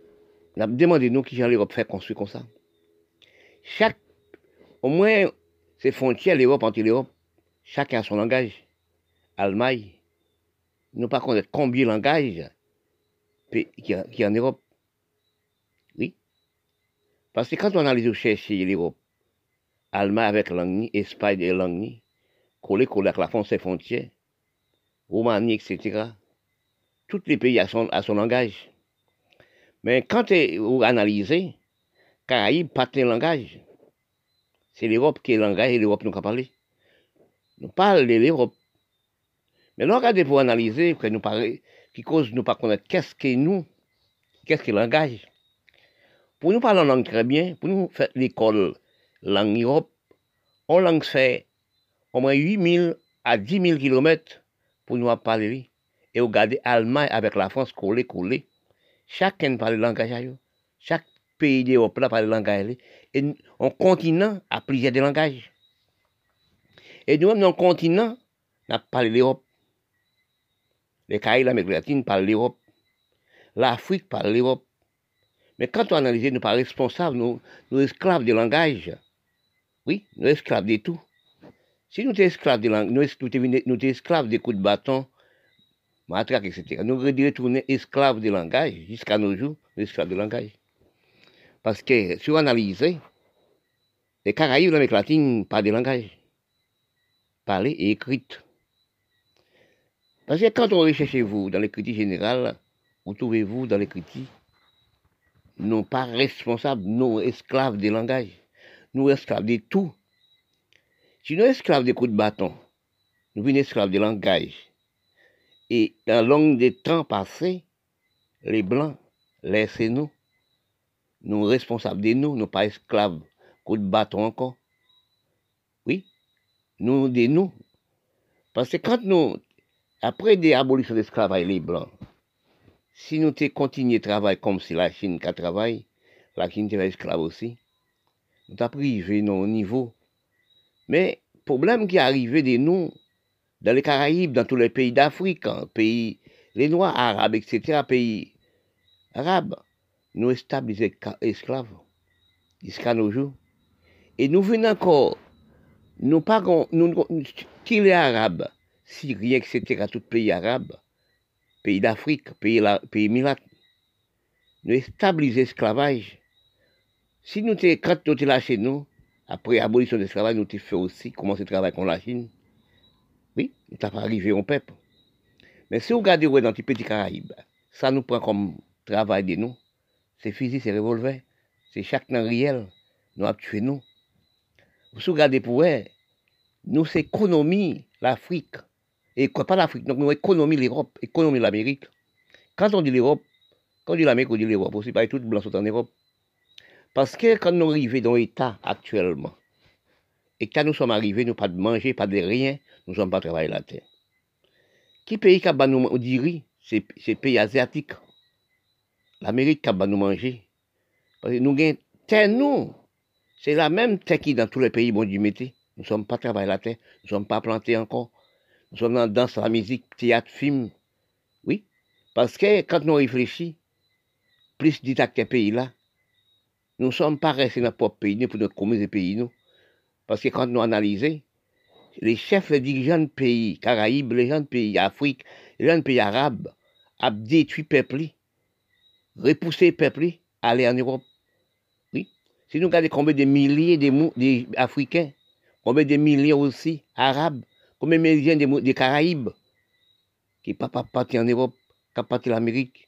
Demandez-nous qui l'Europe fait construire comme ça. Chaque, au moins c'est frontières, l'Europe, entre l'Europe. Chacun a son langage. Allemagne, nous pas connaître combien de langages qui est en Europe. Oui. Parce que quand on analyse chercher l'Europe, Allemagne avec langue, Espagne et langue, collé collé avec la France et frontières, Roumanie, et cetera. Tous les pays ont son, à son langage. Mais quand vous analysez, Caraïbes, pas de langage. C'est l'Europe qui est le langage et l'Europe nous a parlé. Nous parlons de l'Europe. Mais nous regardez pour analyser, que nous parlons, qui cause nous pas connaître qu'est-ce que nous, qu'est-ce que le langage. Pour nous parler en langue très bien, pour nous faire l'école langue Europe, on langue fait au moins huit mille à dix mille kilomètres pour nous parler. Et regarder Allemagne avec la France collé, collé. Chacun parle le langage. Chaque pays d'Europe parle le langage. Et un continent a plusieurs de langages. Et nous-mêmes, dans le continent, on a parlé l'Europe. Les Caraïbes, l'Amérique latine parlent l'Europe. L'Afrique parle l'Europe. Mais quand on analyse, nous ne sommes pas responsables, nous, nous esclaves du langage. Oui, nous esclaves de tout. Si nous sommes esclaves de langue, nous sommes esclaves des coups de bâton, matraque, et cetera. Nous devons retourner esclaves du langage, jusqu'à nos jours, nous esclaves du langage. Parce que, si on analyse, les Caraïbes, l'Amérique latine, parlent des langages. Parler et écrite. Parce que quand on recherche vous dans l'écriture générale, vous trouvez-vous dans l'écriture, non pas responsables, non esclaves des langages, nous esclaves de tout. Si nous esclaves des coups de bâton, nous sommes esclaves des langages. Et dans longue des temps passés, les Blancs laissez nous, nous responsables de nous, nous pas esclaves, coups de bâton encore. Oui, nous de nous. Parce que quand nous, après des abolitions de l'esclavage, les Blancs, si nous continuons à travailler comme si la Chine qui travaille, la Chine était esclave aussi, nous avons privé nos niveaux. Mais le problème qui est arrivé de nous, dans les Caraïbes, dans tous les pays d'Afrique, hein, pays, les Noirs, Arabes, et cetera, pays arabes, nous établissons esclaves jusqu'à nos jours. Et nous venons encore, nous pagons, nous, qui les Arabes, Syriens, et cetera, tous pays arabes, pays d'Afrique, pays, pays milates, nous établissons l'esclavage. Si nous t'es, quand nous t'es lâché nous, après l'abolition de l'esclavage, nous t'es fait aussi commencer à travailler contre la Chine. Oui, nous t'as pas arrivé au peuple. Mais si vous regardez dans les petits Caraïbes, ça nous prend comme travail de nous. C'est fusil, c'est revolver, c'est chaque temps réel, nous avons tué nous. Si vous regardez pour eux, nous c'est économie, l'Afrique. Et pas l'Afrique, donc nous économie l'Europe, économie l'Amérique. Quand on dit l'Europe, quand on dit l'Amérique, on dit l'Europe aussi, pas tout les blancs sont en Europe. Parce que quand nous arrivons dans l'État actuellement, et quand nous sommes arrivés, nous pas de manger, pas de rien, nous ne sommes pas travailler la terre. Qui pays qui a nous dire, c'est les pays asiatiques. L'Amérique qui a nous manger. Parce que nous avons terre, nous. C'est la même terre qui dans tous les pays, bon Dieu, mettez. Nous ne sommes pas travailler la terre, nous ne sommes pas plantés encore. Nous sommes dans la danse, la musique, théâtre, film. Oui. Parce que quand nous réfléchissons, plus d'États que pays là, nous ne sommes pas restés dans notre propre pays, pour notre communes et pays, nous. Parce que quand nous analysons, les chefs, les dirigeants de pays, Caraïbes, les gens de pays, Afrique, les gens de pays arabes, ont détruit le peuple, repoussé le peuple, aller en Europe. Oui. Si nous regardons combien de milliers d'Africains, combien de milliers aussi arabes, combien de milliers des, des Caraïbes, qui ne sont pas partis en Europe, qui sont partis en Amérique.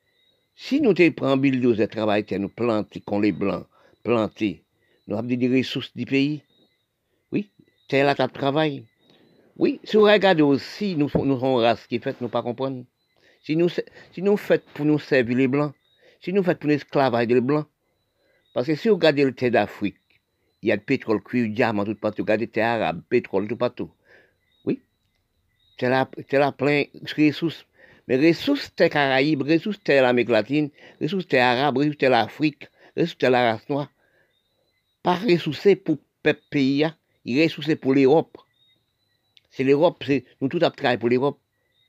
Si nous prenons bulldozer de travail, nous plantons, comme les Blancs, planter, nous avons des ressources du pays. Oui, c'est là notre travail. Oui, si vous regardez aussi, nous sommes une race qui fait, nous ne pas comprendre. Si nous, si nous faites pour nous servir les Blancs, si nous faites pour nous esclavager les Blancs, parce que si vous regardez le terre d'Afrique, il y a du pétrole, cuir, diamant, tout partout. Regardez le terre arabe, pétrole, tout partout. Oui, c'est là, c'est là plein de ressources. Mais ressources terre Caraïbes, ressources terre l'Amérique latine, ressources terre arabe, ressources terre l'Afrique, ressources terre la race noire. Pas ressources pour le pays, il est ressources pour l'Europe. C'est l'Europe, c'est nous tous travaillons pour l'Europe.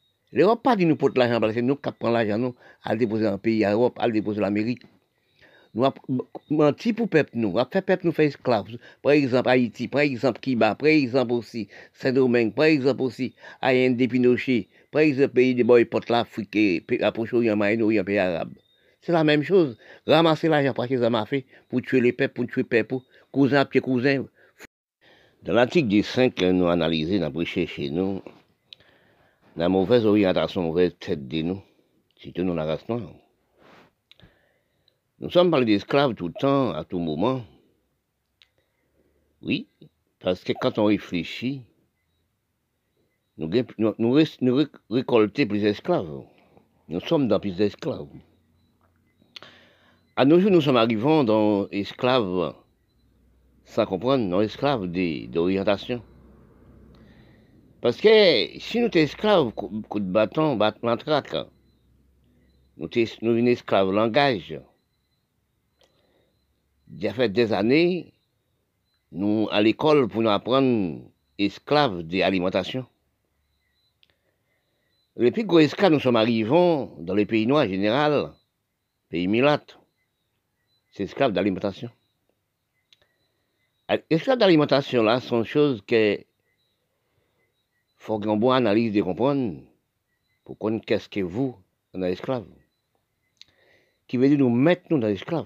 L'Europe pas dit nous porter l'argent, parce que nous qui prenons l'argent, nous, à le déposer dans le pays, à l'Europe, à le déposer en Amérique. Nous avons menti pour peuple nous, nous avons fait peuple nous faire esclaves. Par exemple, Haïti, par exemple, Kiba, par exemple aussi, Saint-Domingue, par exemple aussi, Allende, Pinochet, par exemple, pays de boycott l'Afrique, à Proche-Orient, Moyen-Orient, pays arabe. C'est la même chose. Ramasser l'argent pour qu'ils ont fait, pour tuer les peuples, pour tuer les peuples, cousin pied cousin. Dans l'article des cinq que nous analysons, nous avons recherché nous, la mauvaise orientation, mauvaise tête de nous, surtout nous la race noire. Nous sommes parlés d'esclaves tout le temps, à tout moment. Oui, parce que quand on réfléchit, nous, nous, nous, nous récoltons plus d'esclaves. Nous sommes dans plus d'esclaves. À nos jours, nous sommes arrivés dans esclaves, sans comprendre, non esclaves d'orientation. Parce que si nous sommes esclaves, coup de bâton, bâton traque, nous sommes esclaves langage. Il y a fait des années, nous à l'école pour nous apprendre esclaves de l'alimentation. Les plus gros esclaves, nous sommes arrivés dans les pays noirs en général, pays milates, c'est esclaves d'alimentation. Esclaves d'alimentation, là, sont des choses que faut qu'on bonne analyse de comprendre pour connaître qu'est-ce que vous, on est esclave. Qui veut dire nous mettre nous dans l'esclave.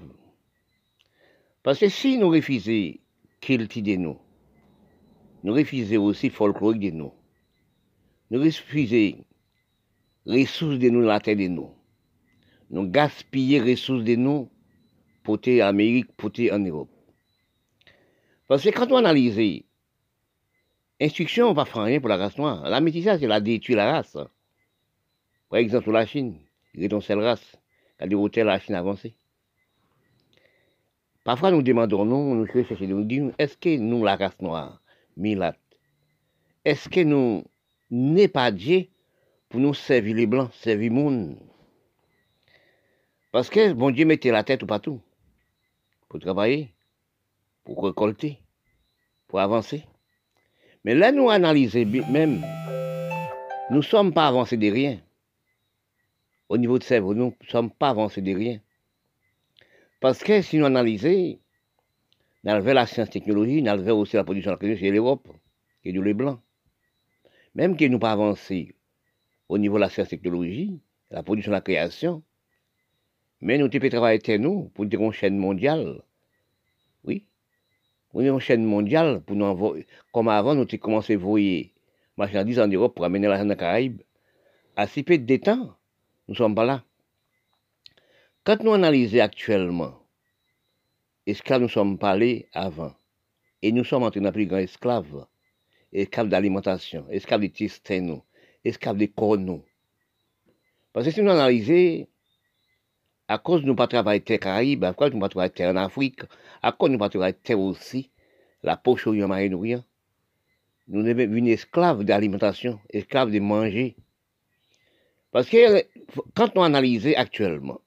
Parce que si nous refusons culture de nous, nous refusons aussi folklorique de nous, nous refusons ressources de nous dans la terre de nous, nous gaspillons les ressources de nous pour en Amérique, pour en Europe. Parce que quand on analyse, instruction, on ne va pas faire rien pour la race noire. La métissage, c'est la détruire la race. Par exemple, la Chine, il y a une seule race, il y a des hôtels la Chine avancée. Parfois, nous demandons, nous, nous cherchons, nous disons, est-ce que nous, la race noire, milate, est-ce que nous n'est pas Dieu pour nous servir les blancs, servir le monde? Parce que bon Dieu mettait la tête ou pas tout, pour travailler, pour récolter, pour avancer. Mais là, nous analysons même, nous ne sommes pas avancés de rien. Au niveau de cerveau, nous ne sommes pas avancés de rien. Parce que si nous analysons, nous avons la science-technologie, nous avons aussi la production de la chez l'Europe, et du les blancs. Même que nous pas avancés au niveau de la science-technologie, la production de la création, mais nous devons travailler nous pour une chaîne mondiale. Oui. Pour une chaîne mondiale, pour nous envoyer, comme avant, nous avons commencé à voyer marchandises en Europe pour amener l'argent dans les Caraïbes. À si peu de temps, nous ne sommes pas là. Quand nous analysons actuellement, esclaves nous sommes parlés avant, et nous sommes entrés dans plus grand esclaves, esclaves d'alimentation, esclaves de testins, esclaves de corps. Parce que si nous analysons, à cause de nous pas travailler terre Caraïbes, à cause de nous pas travailler terre en Afrique, à cause de nous pas travailler terre aussi, la poche au Moyen-Orient, nous sommes devenus esclaves d'alimentation, esclaves de manger. Parce que quand nous analysons actuellement,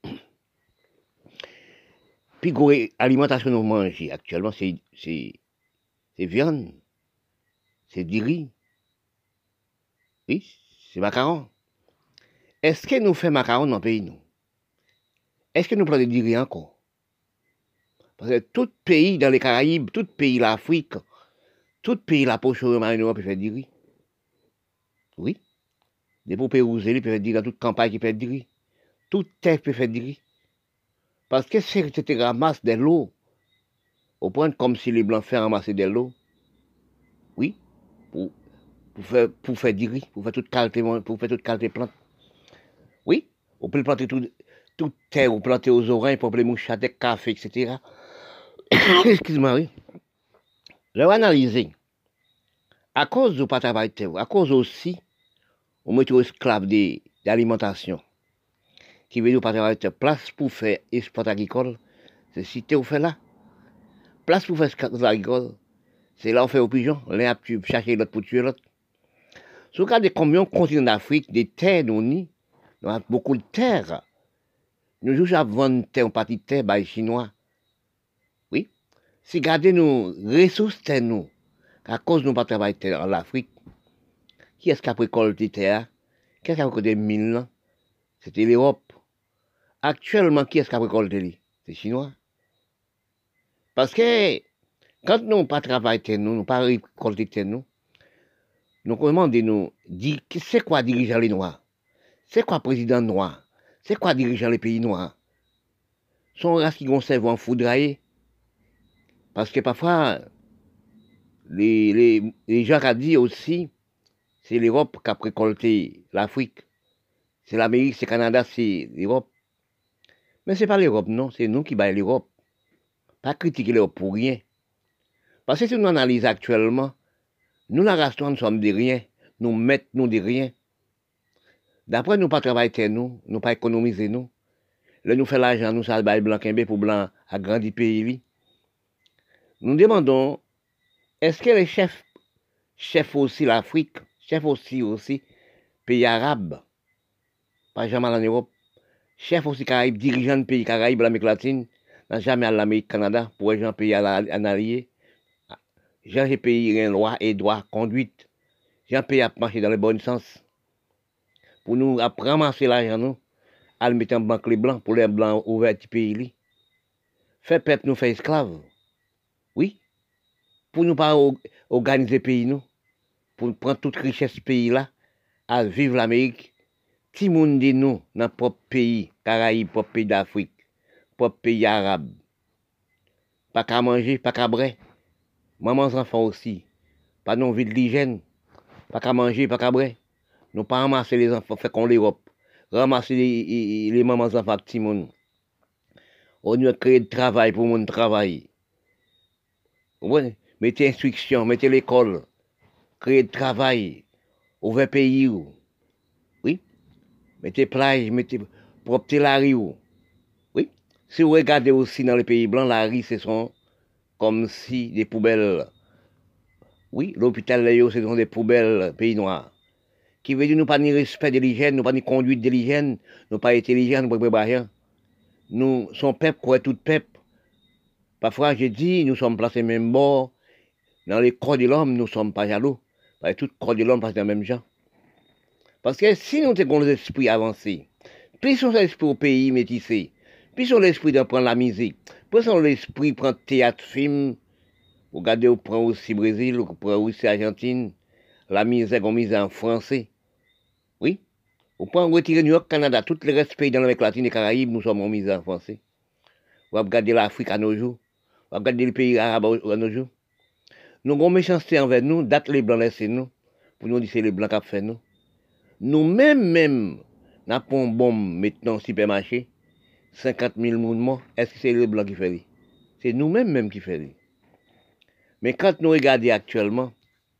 puis l'alimentation nous mangeons actuellement, c'est viande, c'est du riz, oui, c'est macaron. Est-ce que nous faisons macaron dans le pays, nous? Est-ce que nous prenons du riz encore? Parce que tout pays dans les Caraïbes, tout pays de l'Afrique, tout pays de la poche au Moyen-Orient peut faire du riz. Oui. Des poupées rousées peuvent faire du riz, dans toute campagne qui peut faire du riz. Toute terre peut faire du riz. Parce que c'était ramasse de l'eau, au point comme si les Blancs font ramasser de l'eau. Oui. Pour, pour, faire, pour faire du riz, pour faire toute qualité, pour faire toute qualité plante. Oui. On peut planter tout, toute terre, on peut planter aux oreilles, pour les mouches, des café, et cetera. Excuse-moi, oui. Je vais analyser. À cause du pas travail de terre, à cause aussi, on met aux esclaves d'alimentation, qui veut dire pas travail de terre, place pour faire export agricole, c'est cité ou fait là. Place pour faire export agricole, c'est là où on fait aux pigeons, l'un a pu chercher l'autre pour tuer l'autre. Si vous regardez combien de continents d'Afrique, des terres, nous n'y, nous avons beaucoup de terres. Nous jouons à vendre terre, une partie de terre, bah, les Chinois. Oui. Si vous regardez nos ressources, terre, nous, à cause de nous pas travailler terre en Afrique, qui est-ce qui a récolté terre? Qui est-ce qui a récolté mille ans? C'était l'Europe. Actuellement, qui est-ce qui a récolté? C'est les Chinois. Parce que quand nous pas travailler nous, nous pas récolter nous, nous demandons nous dire c'est quoi dirigeant les Noirs, c'est quoi président noir, c'est quoi dirigeant les pays noirs. Sont races qui ont cerveau en foudraillé. Parce que parfois, les, les, les gens ont dit aussi, c'est l'Europe qui a récolté l'Afrique. C'est l'Amérique, c'est le Canada, c'est l'Europe. Mais ce n'est pas l'Europe, non, c'est nous qui baillons l'Europe. Pas critiquer l'Europe pour rien. Parce que si nous analysons actuellement, nous, la race noire, nous sommes des rien. Nous mettons nous des rien. D'après nous, pas travailler nous, nous pas économiser nous. Là, nous faisons l'argent, nous, ça bail blanc, pour blanc, à grandir pays. Nous demandons, est-ce que les chefs, chefs aussi l'Afrique, chefs aussi, aussi, pays arabes, pas jamais en Europe, chefs aussi Caraïbes, dirigeants de pays Caraïbes, l'Amérique latine, n'a jamais à l'Amérique, Canada, pour les gens pays en allié. J'ai pays rien loi et droit, conduite. J'ai pays à marcher dans le bon sens. Pour nous ramasser l'argent, nous, à le mettre en banque les blancs, pour les blancs ouverts du pays. Fait peuple nous fait esclaves. Oui. Pour nous pas organiser le pays, nous. Pour prendre toute richesse du pays là, à vivre l'Amérique. Si moun dit nous, dans notre propre pays, Caraïbes, propre pays d'Afrique, propre pays arabe, pas qu'à manger, pas qu'à boire. Maman enfants aussi, pas non vie de l'hygiène, pas qu'à manger, pas qu'à boire. Nous pas ramasser les enfants, fait qu'on l'Europe, ramasser les, les, les mamans enfants petits moun. On doit créer de travail pour mon travail. Ouais, mettez instruction, mettez l'école, créer de travail, ouvrir pays. Oui. Mettez plage, mettez propre la rue. Oui. Si vous regardez aussi dans les pays blancs, la rue, ce sont comme si des poubelles. Oui, l'hôpital, ce sont des poubelles pays noirs. Qui veut dire nous pas ni respect de l'hygiène, nous pas ni conduite de l'hygiène, nous pas intelligents, nous pas rien. Nous sommes peuple, quoi, tout peuple. Parfois, je dis, nous sommes placés même bord. Dans les corps de l'homme, nous ne sommes pas jaloux. Parce que tout corps de l'homme passe dans le même genre. Parce que si nous avons l'esprit avancé, plus on l'esprit au pays métissé, plus on l'esprit de prendre la musique, plus on l'esprit de prendre théâtre, film, regardez, on prend aussi Brésil, on prend aussi Argentine, la misère qu'on mise en français. Oui. On peut retirer New York, Canada, tous les restes pays dans l'Amérique latine et Caraïbes, nous sommes en mise en français. On va regarder l'Afrique à nos jours, on va regarder les pays arabes à nos jours. Nous avons méchanceté envers nous, date les blancs laissez nous, pour nous dire c'est les blancs qui ont fait nous. Nous-mêmes, même, nous avons une bombe maintenant au supermarché, cinquante mille mouvements, est-ce que c'est les blancs qui font? C'est nous-mêmes même qui faisons. Mais quand nous regardons actuellement,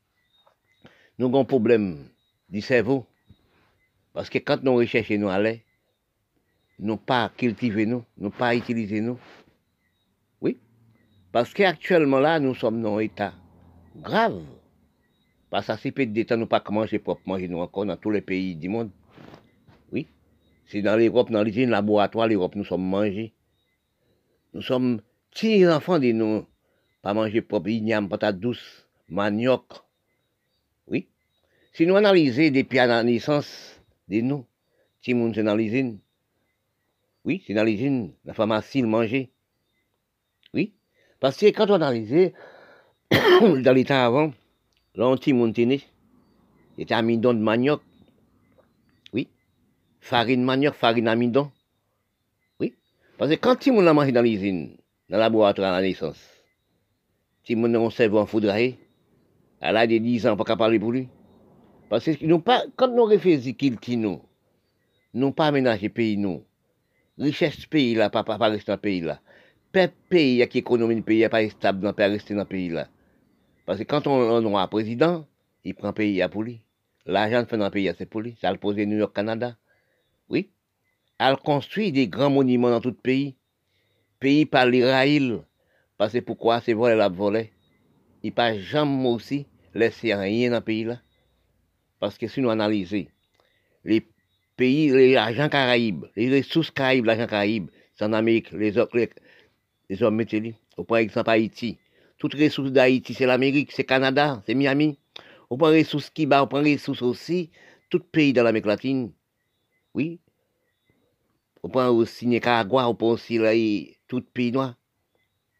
nous avons un problème du cerveau. Parce que quand nous recherchons nous aller, nous pas cultiver nous, nous pas utiliser nous. Oui. Parce qu'actuellement là, nous sommes dans un état grave. Parce que si peu de temps, nous pas manger propre, manger nous encore dans tous les pays du monde. Oui. C'est dans l'Europe, dans les laboratoires, l'Europe, nous sommes mangés. Nous sommes petits enfants de nous, pas manger propre, igname, patate douce, manioc. Oui. Si nous analysons depuis la naissance de nous, si nous sommes dans l'usine, oui, c'est dans l'usine, la pharmacie, le manger. Oui. Parce que quand on analyse, dans l'état avant, l'anti-monténé, c'était amidon de manioc. Oui. Farine manioc, farine amidon. Oui. Parce que quand on a mangé dans l'usine, dans le laboratoire à la naissance, si on a un cerveau en foudraillé, à l'âge de dix ans, pas qu'à parler pour lui. Parce que nous pas, quand nous réfléchissons qu'il nous, nous pas aménager pays nous, richesse pays là, pas, pas, pas rester dans le pays là. Peuple pays qui économie du pays n'est pas stable, ne pas rester dans le pays là. Parce que quand on a un président, il prend le pays pour lui. L'argent fait dans le pays, c'est pour lui. Ça le pose New York, Canada. Oui. Elle construit des grands monuments dans tout le pays. Pays par l'Israël. Parce que pourquoi c'est volé la volée. Il pas jamais aussi laisser rien dans le pays là. Parce que si nous analysons les pays, les argents Caraïbes, les ressources Caraïbes, l'argent Caraïbes, c'est en Amérique, les autres, les, les hommes métallés. Par exemple, Haïti. Toutes les ressources d'Haïti, c'est l'Amérique, c'est Canada, c'est Miami. On prend les ressources Kiba, on prend les ressources aussi, tout pays dans l'Amérique latine. Oui. On prend aussi Nicaragua, on prend aussi là, tout pays noir.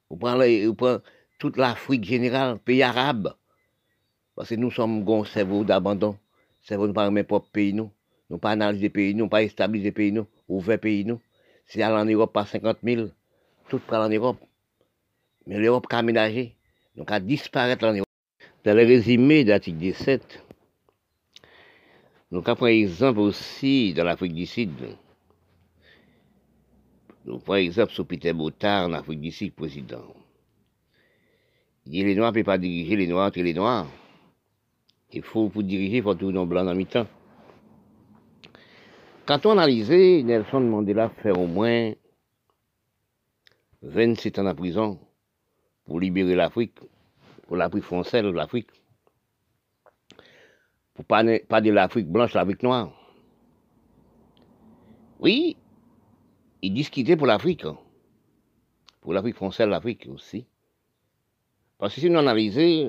Vous prenez, vous prenez toute l'Afrique générale, pays arabe, parce que nous sommes un cerveau d'abandon. Cerveau, nous ne parlons même pas de pays, nous. Nous pas analyser pays, nous pas stabiliser pays, nous, ouvrir pays, nous. Si aller en Europe par cinquante mille, tout prend en Europe. Mais l'Europe a aménagé, donc a disparaître en Europe. Dans le résumé de l'article dix-sept, nous avons exemple aussi dans l'Afrique du Sud. Nous prenons exemple sur Peter Bottard en Afrique du Sud, président. Il dit les Noirs ne peuvent pas diriger les Noirs entre les Noirs. Il faut, pour diriger, il faut tout nos blancs en mi-temps. Quand on analyse, Nelson Mandela fait au moins vingt-sept ans en prison pour libérer l'Afrique, pour l'Afrique française, l'Afrique. Pour pas, pas de l'Afrique blanche, l'Afrique noire. Oui, il discutait pour l'Afrique, pour l'Afrique française, l'Afrique aussi. Parce que si nous analysons,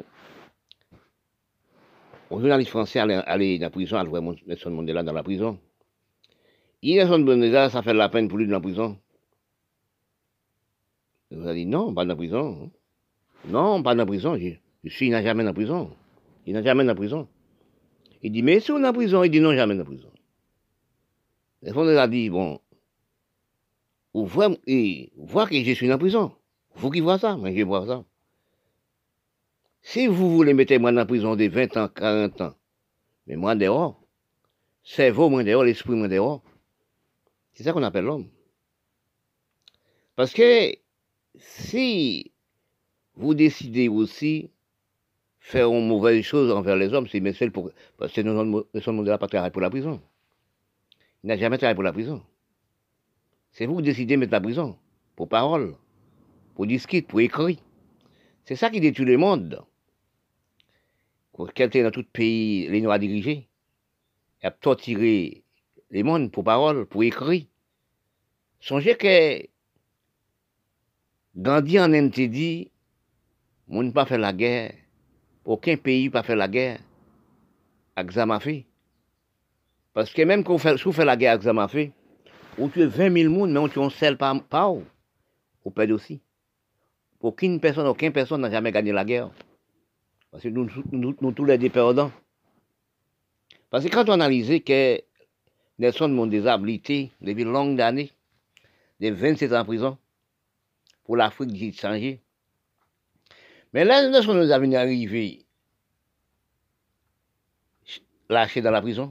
un journaliste français allait dans la prison, à voir Nelson Mandela dans la prison. Il Nelson Mandela, ça fait la peine pour lui dans la prison. Il nous a dit non, pas dans la prison. Non, pas dans la prison. Je, je suis, il n'a jamais dans la prison. Il n'a jamais dans la prison. Il dit, mais si on est en prison, il dit non, jamais dans la prison. Et on a dit, bon, vous voyez, et, vous voyez que je suis en prison. Vous qui voyez ça, mais je vois ça. Si vous voulez mettre moi dans la prison de vingt ans, quarante ans, mais moi dehors, cerveau moi dehors, l'esprit moi dehors, c'est ça qu'on appelle l'homme. Parce que si vous décidez aussi faire une mauvaise chose envers les hommes, c'est mais celle pour. Parce que Nelson Mandela n'a pas travaillé pour la prison. Il n'a jamais travaillé pour la prison. C'est vous qui décidez de mettre la prison. Pour parole, pour discuter, pour écrit. C'est ça qui détruit le monde. Quelqu'un dans tout pays, les Noirs dirigés, il a torturé les mondes pour parole, pour écrit. Songez que Gandhi en Inde dit, on ne pas faire la guerre. Aucun pays pas faire la guerre avec Zamafé. Parce que même quand vous faites, si vous faites la guerre avec Zamafé, on tue vingt mille personnes, mais on tue un seul par, par où on perd aussi. Aucune personne, aucune personne n'a jamais gagné la guerre. Parce que nous, nous, nous tous les deux perdants. Parce que quand on analyse que Nelson Mandela a habilité depuis longues années, de vingt-sept ans en prison, pour l'Afrique d'y changer. Mais là, lorsqu'on nous a venu arriver, lâché dans la prison,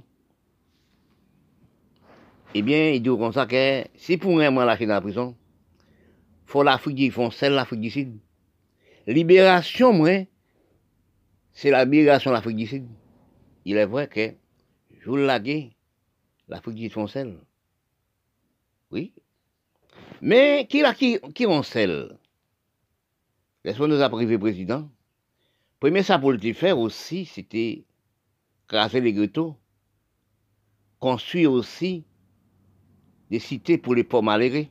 eh bien, il dit comme ça que si pour vraiment lâcher dans la prison, il faut l'Afrique, ils font celle l'Afrique du Sud. Libération, moi, c'est la libération de l'Afrique du Sud. Il est vrai que, je vous l'ai l'Afrique du Sud font celle. Oui. Mais qui, qui, qui ont celle? Est-ce qu'on nous a privé président? Premier, ça pour le faire aussi, c'était craser les ghettos, construire aussi des cités pour les pauvres malheureux.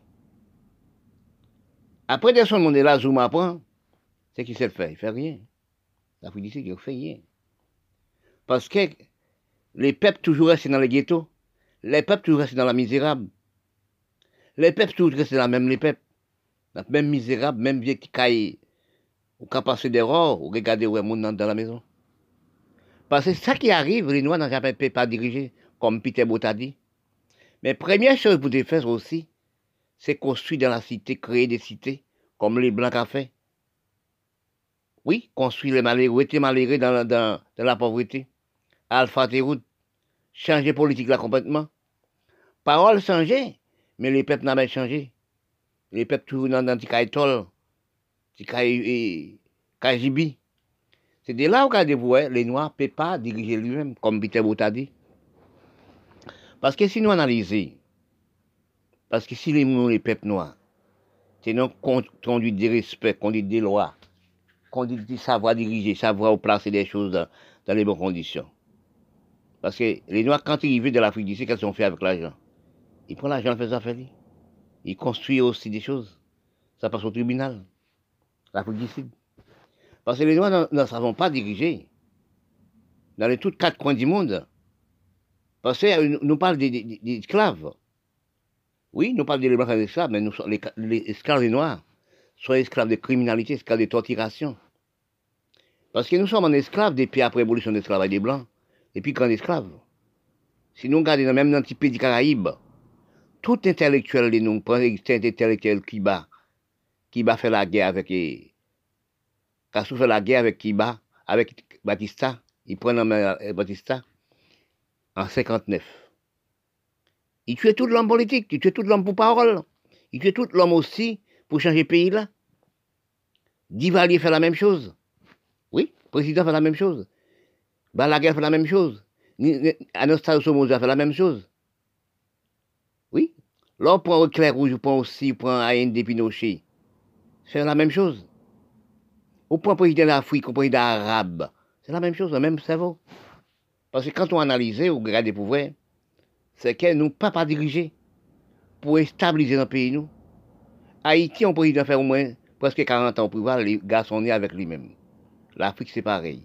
Après, Nelson Mandela, Zuma prend, c'est qui sait le faire? Il ne fait rien. L'Afrique du Sud, il ne fait rien. Parce que les peuples toujours restent dans les ghettos, les peuples toujours restent dans la misérable. Les peuples toujours restent dans la même les peuples. La même misérable, même vieux qui caille. Ou qu'à passer des rois, ou regarder où est le monde dans la maison. Parce que ça qui arrive, les Noirs n'ont jamais pas dirigé, comme Peter Bottard dit. Mais première chose pour faire aussi, c'est construire dans la cité, créer des cités, comme les Blancs ont fait. Oui, construire les malheureux, les malheureux dans, dans, dans la pauvreté. Alpha Teroud, changer politique là complètement. Parole changer, mais les peuples n'ont pas changé. Les peuples toujours dans un petit caïtol, petit caïjibi. C'est de là où regardez-vous, les Noirs ne peuvent pas diriger lui-même, comme Peter Bottard dit. Parce que si nous analysons, parce que si les, les peuples noirs, c'est non conduite des respects, conduite des lois, conduite du savoir diriger, savoir placer des choses dans, dans les bonnes conditions. Parce que les Noirs, quand ils arrivent de l'Afrique du Sud, qu'est-ce qu'ils ont fait avec l'argent? Ils prennent l'argent, ils font des affaires. Ils construisent aussi des choses. Ça passe au tribunal. L'Afrique du Sud. Parce que les Noirs ne savent pas diriger dans les tous quatre coins du monde. Parce que nous parlons des, des, des esclaves. Oui, nous parlons des blancs des esclaves, mais nous sommes les, les esclaves des Noirs. sont esclaves de criminalité, esclaves de torturation. Parce que nous sommes en esclaves depuis après l'évolution de l'esclavage des Blancs, et puis grands esclaves. Si nous regardons même dans le petit pays des Caraïbes, tout intellectuel de nous, prend intellectuel qui bat, qui bat fait la guerre avec, Castro fait la guerre avec Kiba, avec Batista, il prend la main Batista en cinquante-neuf. Il tuait tout l'homme politique, il tuait tout l'homme pour parole, il tuait tout l'homme aussi pour changer le pays là. Duvalier fait la même chose. Oui, le président fait la même chose. Balaguer fait la même chose. Anastasio Somoza fait la même chose. Oui. Là, on prend Clair Rouge, on prend aussi, on prend A N D Pinochet. C'est la même chose. On prend le président d'Afrique, le président arabe. C'est la même chose, le même cerveau. Parce que quand on analyse, ou regarde pour vrai, c'est que nous ne pouvons pas diriger pour stabiliser notre pays. Nous. Haïti, on peut faire au moins presque quarante ans pour voir les garçons nés avec lui-même. L'Afrique, c'est pareil.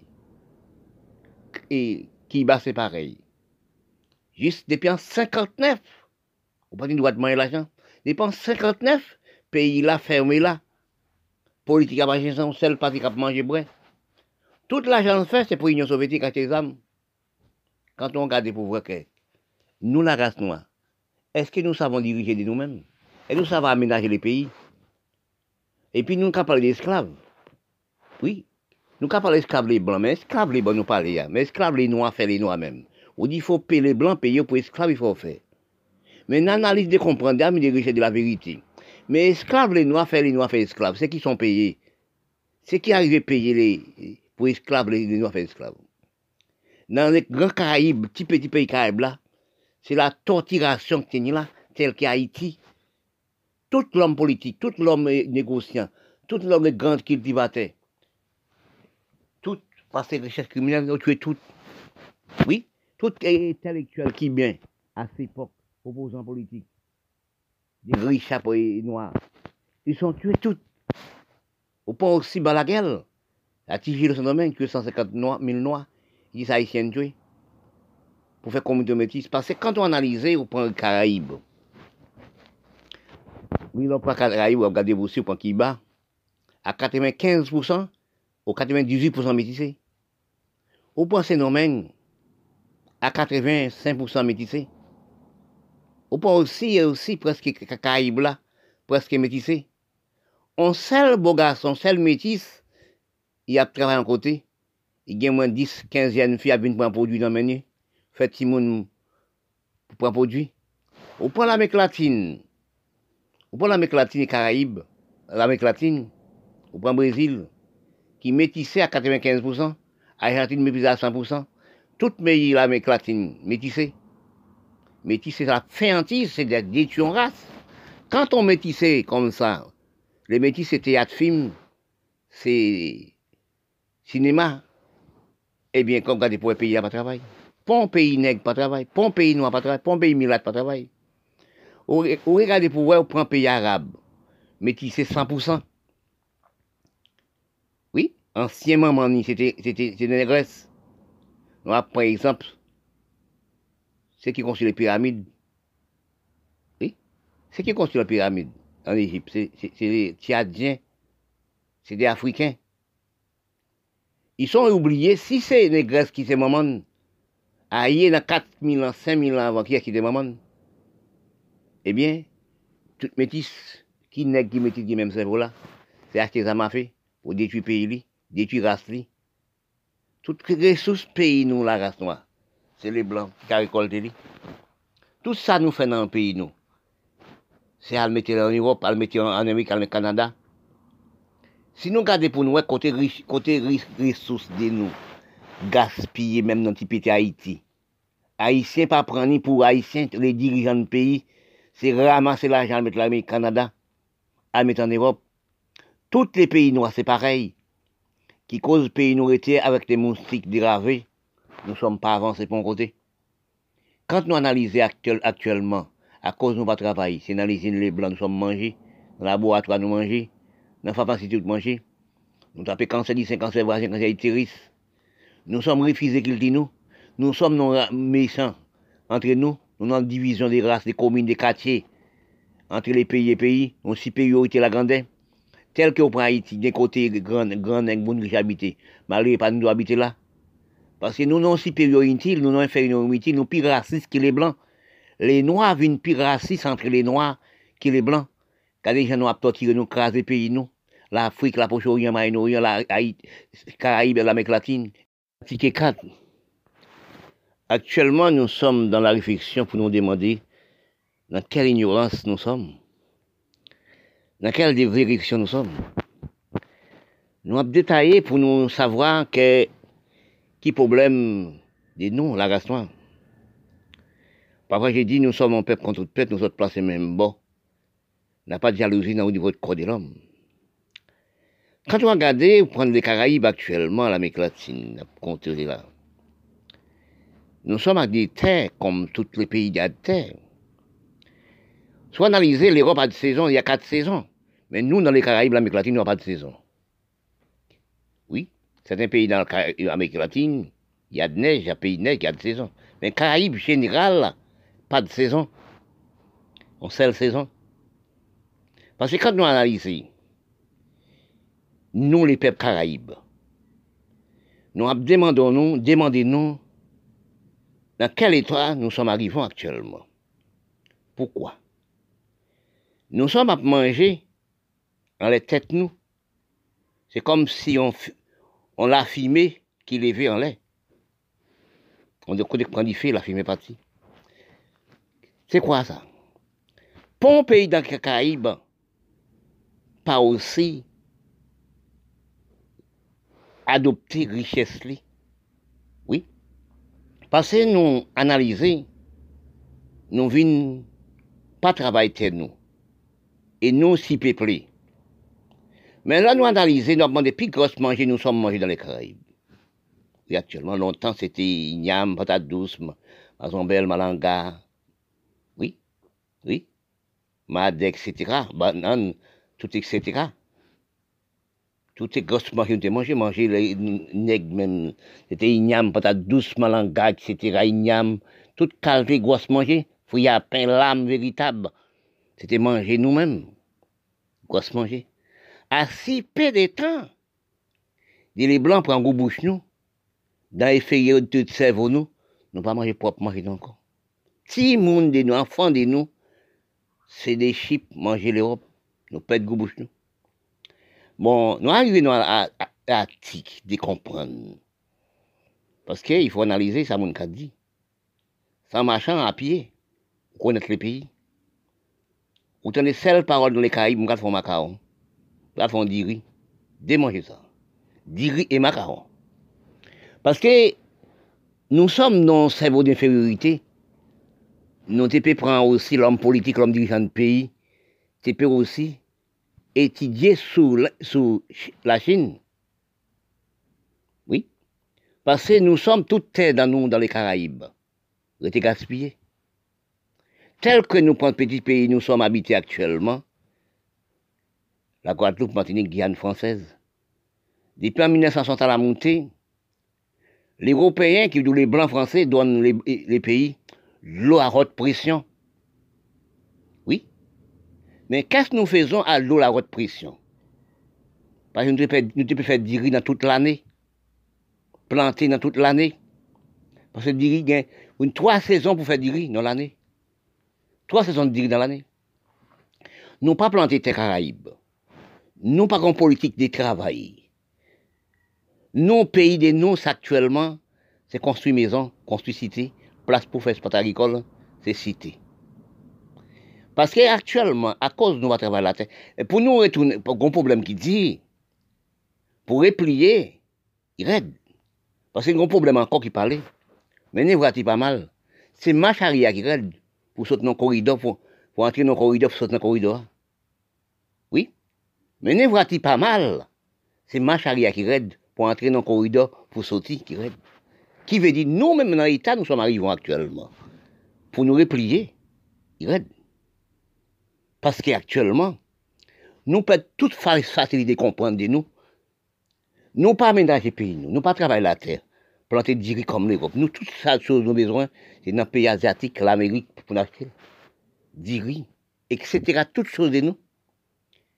Et Kiba, c'est pareil. Juste depuis en cinquante-neuf, on pas dit droit de manger l'argent. Depuis en cinquante-neuf, pays là, fermé là. Politique à manger son seul parti qui a mangé brun. Toute l'argent fait, c'est pour l'Union soviétique à ses âmes. Quand on regarde pour voir que nous, la race noire, est-ce que nous savons diriger de nous-mêmes? Est-ce que nous savons aménager les pays? Et puis nous, nous parlons d'esclaves. Oui. Nous ne parlons pas d'esclaves les blancs, mais esclaves les blancs, nous parlons. Mais esclaves les noirs, fait les noirs même. On dit qu'il faut payer les blancs, payer pour esclaves, il faut faire. Mais une analyse de comprendre, mais de richesse de la vérité. Mais esclaves les noirs, fait les noirs, fait esclaves. C'est qui sont payés. C'est qui arrive à payer les, pour esclaves, les, les noirs, fait esclaves. Dans les grands Caraïbes, petits petits pays Caraïbes là, c'est la torturation qui est là, telle qu'Haïti. Tout l'homme politique, tout l'homme négociant, tout l'homme grand cultivateur, tout, parce que les richesses criminelles ont tué tout. Oui, tout intellectuel qui bien, à cette époque, opposants politiques, des riches chapeaux noirs, ils sont tués tous. Au point aussi Balaguer, à Tigil de son domaine, que cent cinquante mille noirs, ils sont haïtiens tués, pour faire communauté métisse. Parce que quand on analyse, on prend le Caraïbe. Oui, on prend le Caraïbe, on regarde aussi, on prend Kiba, à quatre-vingt-quinze pour cent, au quatre-vingt-dix-huit pour cent métissés. On prend Phénomène, à quatre-vingt-cinq pour cent métissés. On prend aussi, aussi presque Caraïbe là, presque métissé. On seul beau garçon, seul métis, il a travaillé en côté. Il y a moins dix, quinze filles à venir prendre un produit dans le menu. Fait petit monde pour prendre un produit. On prend l'Amérique latine. On prend l'Amérique latine et Caraïbes. L'Amérique latine. On prend le Brésil, qui métissé à quatre-vingt-quinze pour cent. Argentine métissé à cent pour cent. Tout pays l'Amérique latine métissé. Métissé, la féantise, c'est d'être détruit en race. Quand on métissait comme ça, les métis, c'est théâtre, film, c'est cinéma. Eh bien, comme regardez pour un pays, il n'y a pas de travail. Pas un pays nègre, pas de travail. Pas un pays noir, pas de travail. Pas un pays mulâtre, pas de travail. Ou regardez pour voir, on prend un pays arabe. Métissé cent pour cent. Oui, ancien maman, c'était des négresses. Par exemple, ceux qui construisent les pyramides. Oui, ceux qui construisent les pyramides en Égypte, c'est les Tchadiens, c'est des Africains. Ils sont oubliés, si c'est les Grèces qui sont mamans, aïe dans quatre mille ans, cinq mille ans avant qui est qui est maman, eh bien, tout métis, qui n'est qui métis qui même cerveau là, c'est acheter ça m'a fait pour détruire le pays, détruire la race. Toutes les ressources pays, nous, la race noire, c'est les blancs qui ont récolté. Tout ça nous fait dans le pays, nous. C'est à le mettre en Europe, à le mettre en Amérique, à le mettre au Canada. Si nous regardons pour nous, côté riche, côté ressources de nous, gaspiller même dans le petit Haïti. Haïtiens pas prendre pour Haïtiens, les dirigeants du pays, c'est ramasser l'argent, à le mettre en Amérique, au Canada, à le mettre en Europe. Tous les pays noirs, c'est pareil. Qui cause pays nourritiers avec des moustiques dégravés, nous ne sommes pas avancés pour un côté. Quand nous analysons actuel, actuellement, à cause de nous pas travailler, c'est dans les îles les blancs, nous sommes mangés, dans le laboratoire nous manger, dans la pharmacie nous manger, nous tapons cancer du sein, cancer voisin, cancer utérus. Nous sommes refusés qu'ils disent nous, nous sommes non méchants entre nous, nous avons une division des races, des communes, des quartiers, entre les pays et pays, on supériorité la grandeur. tel que au Haïti, d'un côté, grand, grand, un monde qui habite, malgré pas nous habiter là. Parce que nous non supériorité, nous non infériorité, nous pire racistes que les blancs. Les noirs viennent pire racistes entre les noirs que les blancs. Quand les gens nous ont torturé, nous craser pays, nous. L'Afrique, la Proche-Orient, Moyen-Orient, la Haïti, Caraïbes, l'Amérique latine. Ticket quatre. Actuellement, nous sommes dans la réflexion pour nous demander dans quelle ignorance nous sommes. Dans quelle direction nous sommes. Nous avons détaillé pour nous savoir que qui problème de nous, la race noire. Parfois, j'ai dit, nous sommes un peuple contre tout peuple, nous autres placés même bon. On n'a pas de jalousie au niveau du corps de l'homme. Quand vous regardez, vous prenez les Caraïbes actuellement, l'Amérique latine, compter là. Nous sommes à des terres comme tous les pays de terre. Soit analyser, l'Europe a de saison, il y a quatre saisons. Mais nous, dans les Caraïbes, l'Amérique latine, nous n'avons pas de saison. Oui, certains pays dans l'Amérique latine, il y a de neige, il y a pays de neige, il y a de saison. Mais Caraïbes, général, pas de saison. On seule saison. Parce que quand nous analysons, nous, les peuples Caraïbes, nous demandons-nous, demandez-nous dans quel état nous sommes arrivés actuellement. Pourquoi? Nous sommes à manger dans les têtes, nous. C'est comme si on, on l'a fumé qui levait en l'air. On dit quand il fait, la fumée partie. C'est quoi ça? Pour un pays dans les Caraïbes, pas aussi adopter richesse li. Oui. Parce que nous analyser, nous venons pas travailler nous. Et nous si peuplés. Mais là, nous analyser, nous avons des plus grosses manger, nous sommes mangés dans les Caraïbes. Et actuellement, longtemps, c'était igname, patate douce, mazombelle, malanga. Oui, oui. Mad, et cetera. Banane, tout, et cetera. Toutes ces grosses manger, nous mangé, manger les nègres même. C'était igname, patate douce, malanga, et cetera. Igname, tout calvé, grosse manger. Fruits à pain, lame véritable. C'était manger nous-mêmes. Grosse manger. À si peu de temps, les blancs prennent gros bouche nous, dans les feuilles de cerveau nous, nous pas manger propre manger encore. Si monde de nous, enfants de nous, c'est des chips manger l'Europe, nous perdons gros bouche nous. Bon, nous arrivons à à tic de comprendre. Parce qu'il faut analyser ça, mon cas dit. Sans marchant à pied, connaître les pays. Vous tenez seule parole dans les Caraïbes, nous font macaron. Là, font diri. Démanger ça. Diri et macaron. Parce que nous sommes dans un cerveau d'infériorité. Nous devons prendre aussi l'homme politique, l'homme dirigeant de pays. Tu peux aussi étudier sous la, sous la Chine. Oui. Parce que nous sommes toutes terres dans nous, dans les Caraïbes. Vous êtes gaspillés. Tel que nous prenons petit pays, nous sommes habités actuellement. La Guadeloupe, Martinique, Guyane française. Depuis en mille neuf cent soixante à la montée, les Européens, qui sont les Blancs français, donnent les, les pays l'eau à haute pression. Oui. Mais qu'est-ce que nous faisons à l'eau à haute pression? Parce que nous devons faire du riz dans toute l'année. Planter dans toute l'année. Parce que du riz, il y a une, trois saisons pour faire du riz dans l'année. Trois saisons de riz dans l'année. Nous pas planter tes Caraïbes. Nous pas en politique de travail. Nous, pays de nous, actuellement, c'est construire maison, construire cité, place pour faire sport agricole, c'est cité. Parce qu'actuellement, à cause de nous travailler la terre, pour nous retourner, pour un problème qui dit, pour replier, il raide. Parce qu'il y a un problème encore qui parlait. Mais ne voit-il pas mal. C'est ma charia qui raide pour sauter dans le corridor, pour, pour entrer dans le corridor, pour sauter dans le corridor. Oui. Mais ne voit-il pas mal. C'est ma charia qui raide pour entrer dans le corridor, pour sortir, qui raide. Qui veut dire, nous-mêmes dans l'État, nous sommes arrivés actuellement. Pour nous replier, il raide. Parce qu'actuellement, nous perdons toute facilité de comprendre de nous. Nous pas aménager pays, nous, nous pas travailler la terre, planter du riz comme l'Europe. Nous, toutes ces choses nous avons besoin, c'est dans le pays asiatique, l'Amérique, pour nous acheter du riz, et cetera. Toutes choses de nous.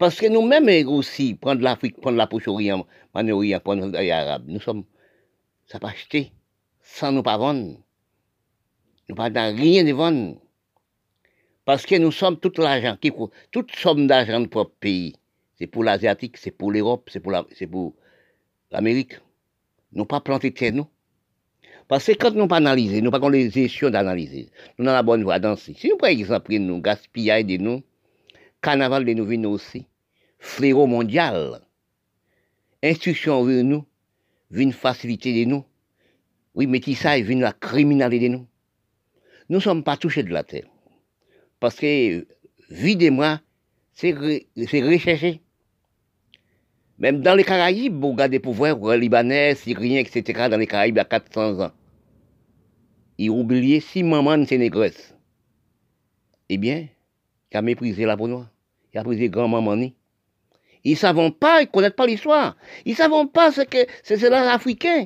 Parce que nous-mêmes aussi, prendre l'Afrique, prendre la Proche-Orient, Orient, prendre l'Arabe, nous sommes, ça pas acheté, sans nous pas vendre. Nous pas dans rien de vendre. Parce que nous sommes tout l'argent, toute somme d'argent de notre propre pays. C'est pour l'Asiatique, c'est pour l'Europe, c'est pour l'Amérique. Nous pas planter terre, nous. Parce que quand nous pas analyser, nous pas les gestions d'analyser, nous avons la bonne voie danser. Si nous, par exemple, nous gaspillage de nous, carnaval de nous vient aussi, fléau mondial, instruction de nous, vient facilité de nous, oui, métissage vient la criminalité de nous. Nous ne sommes pas touchés de la terre. Parce que, vie de moi, c'est recherché. Même dans les Caraïbes, vous regardez pour voir Libanais, Syriens, et cetera, dans les Caraïbes, il y a quatre cents ans. Ils ont oublié si maman c'est négresse. Eh bien, il a méprisé la peau noire. Il a méprisé grand-maman. Ils ne savent pas, ils ne connaissent pas l'histoire. Ils ne savent pas ce que c'est cela africain.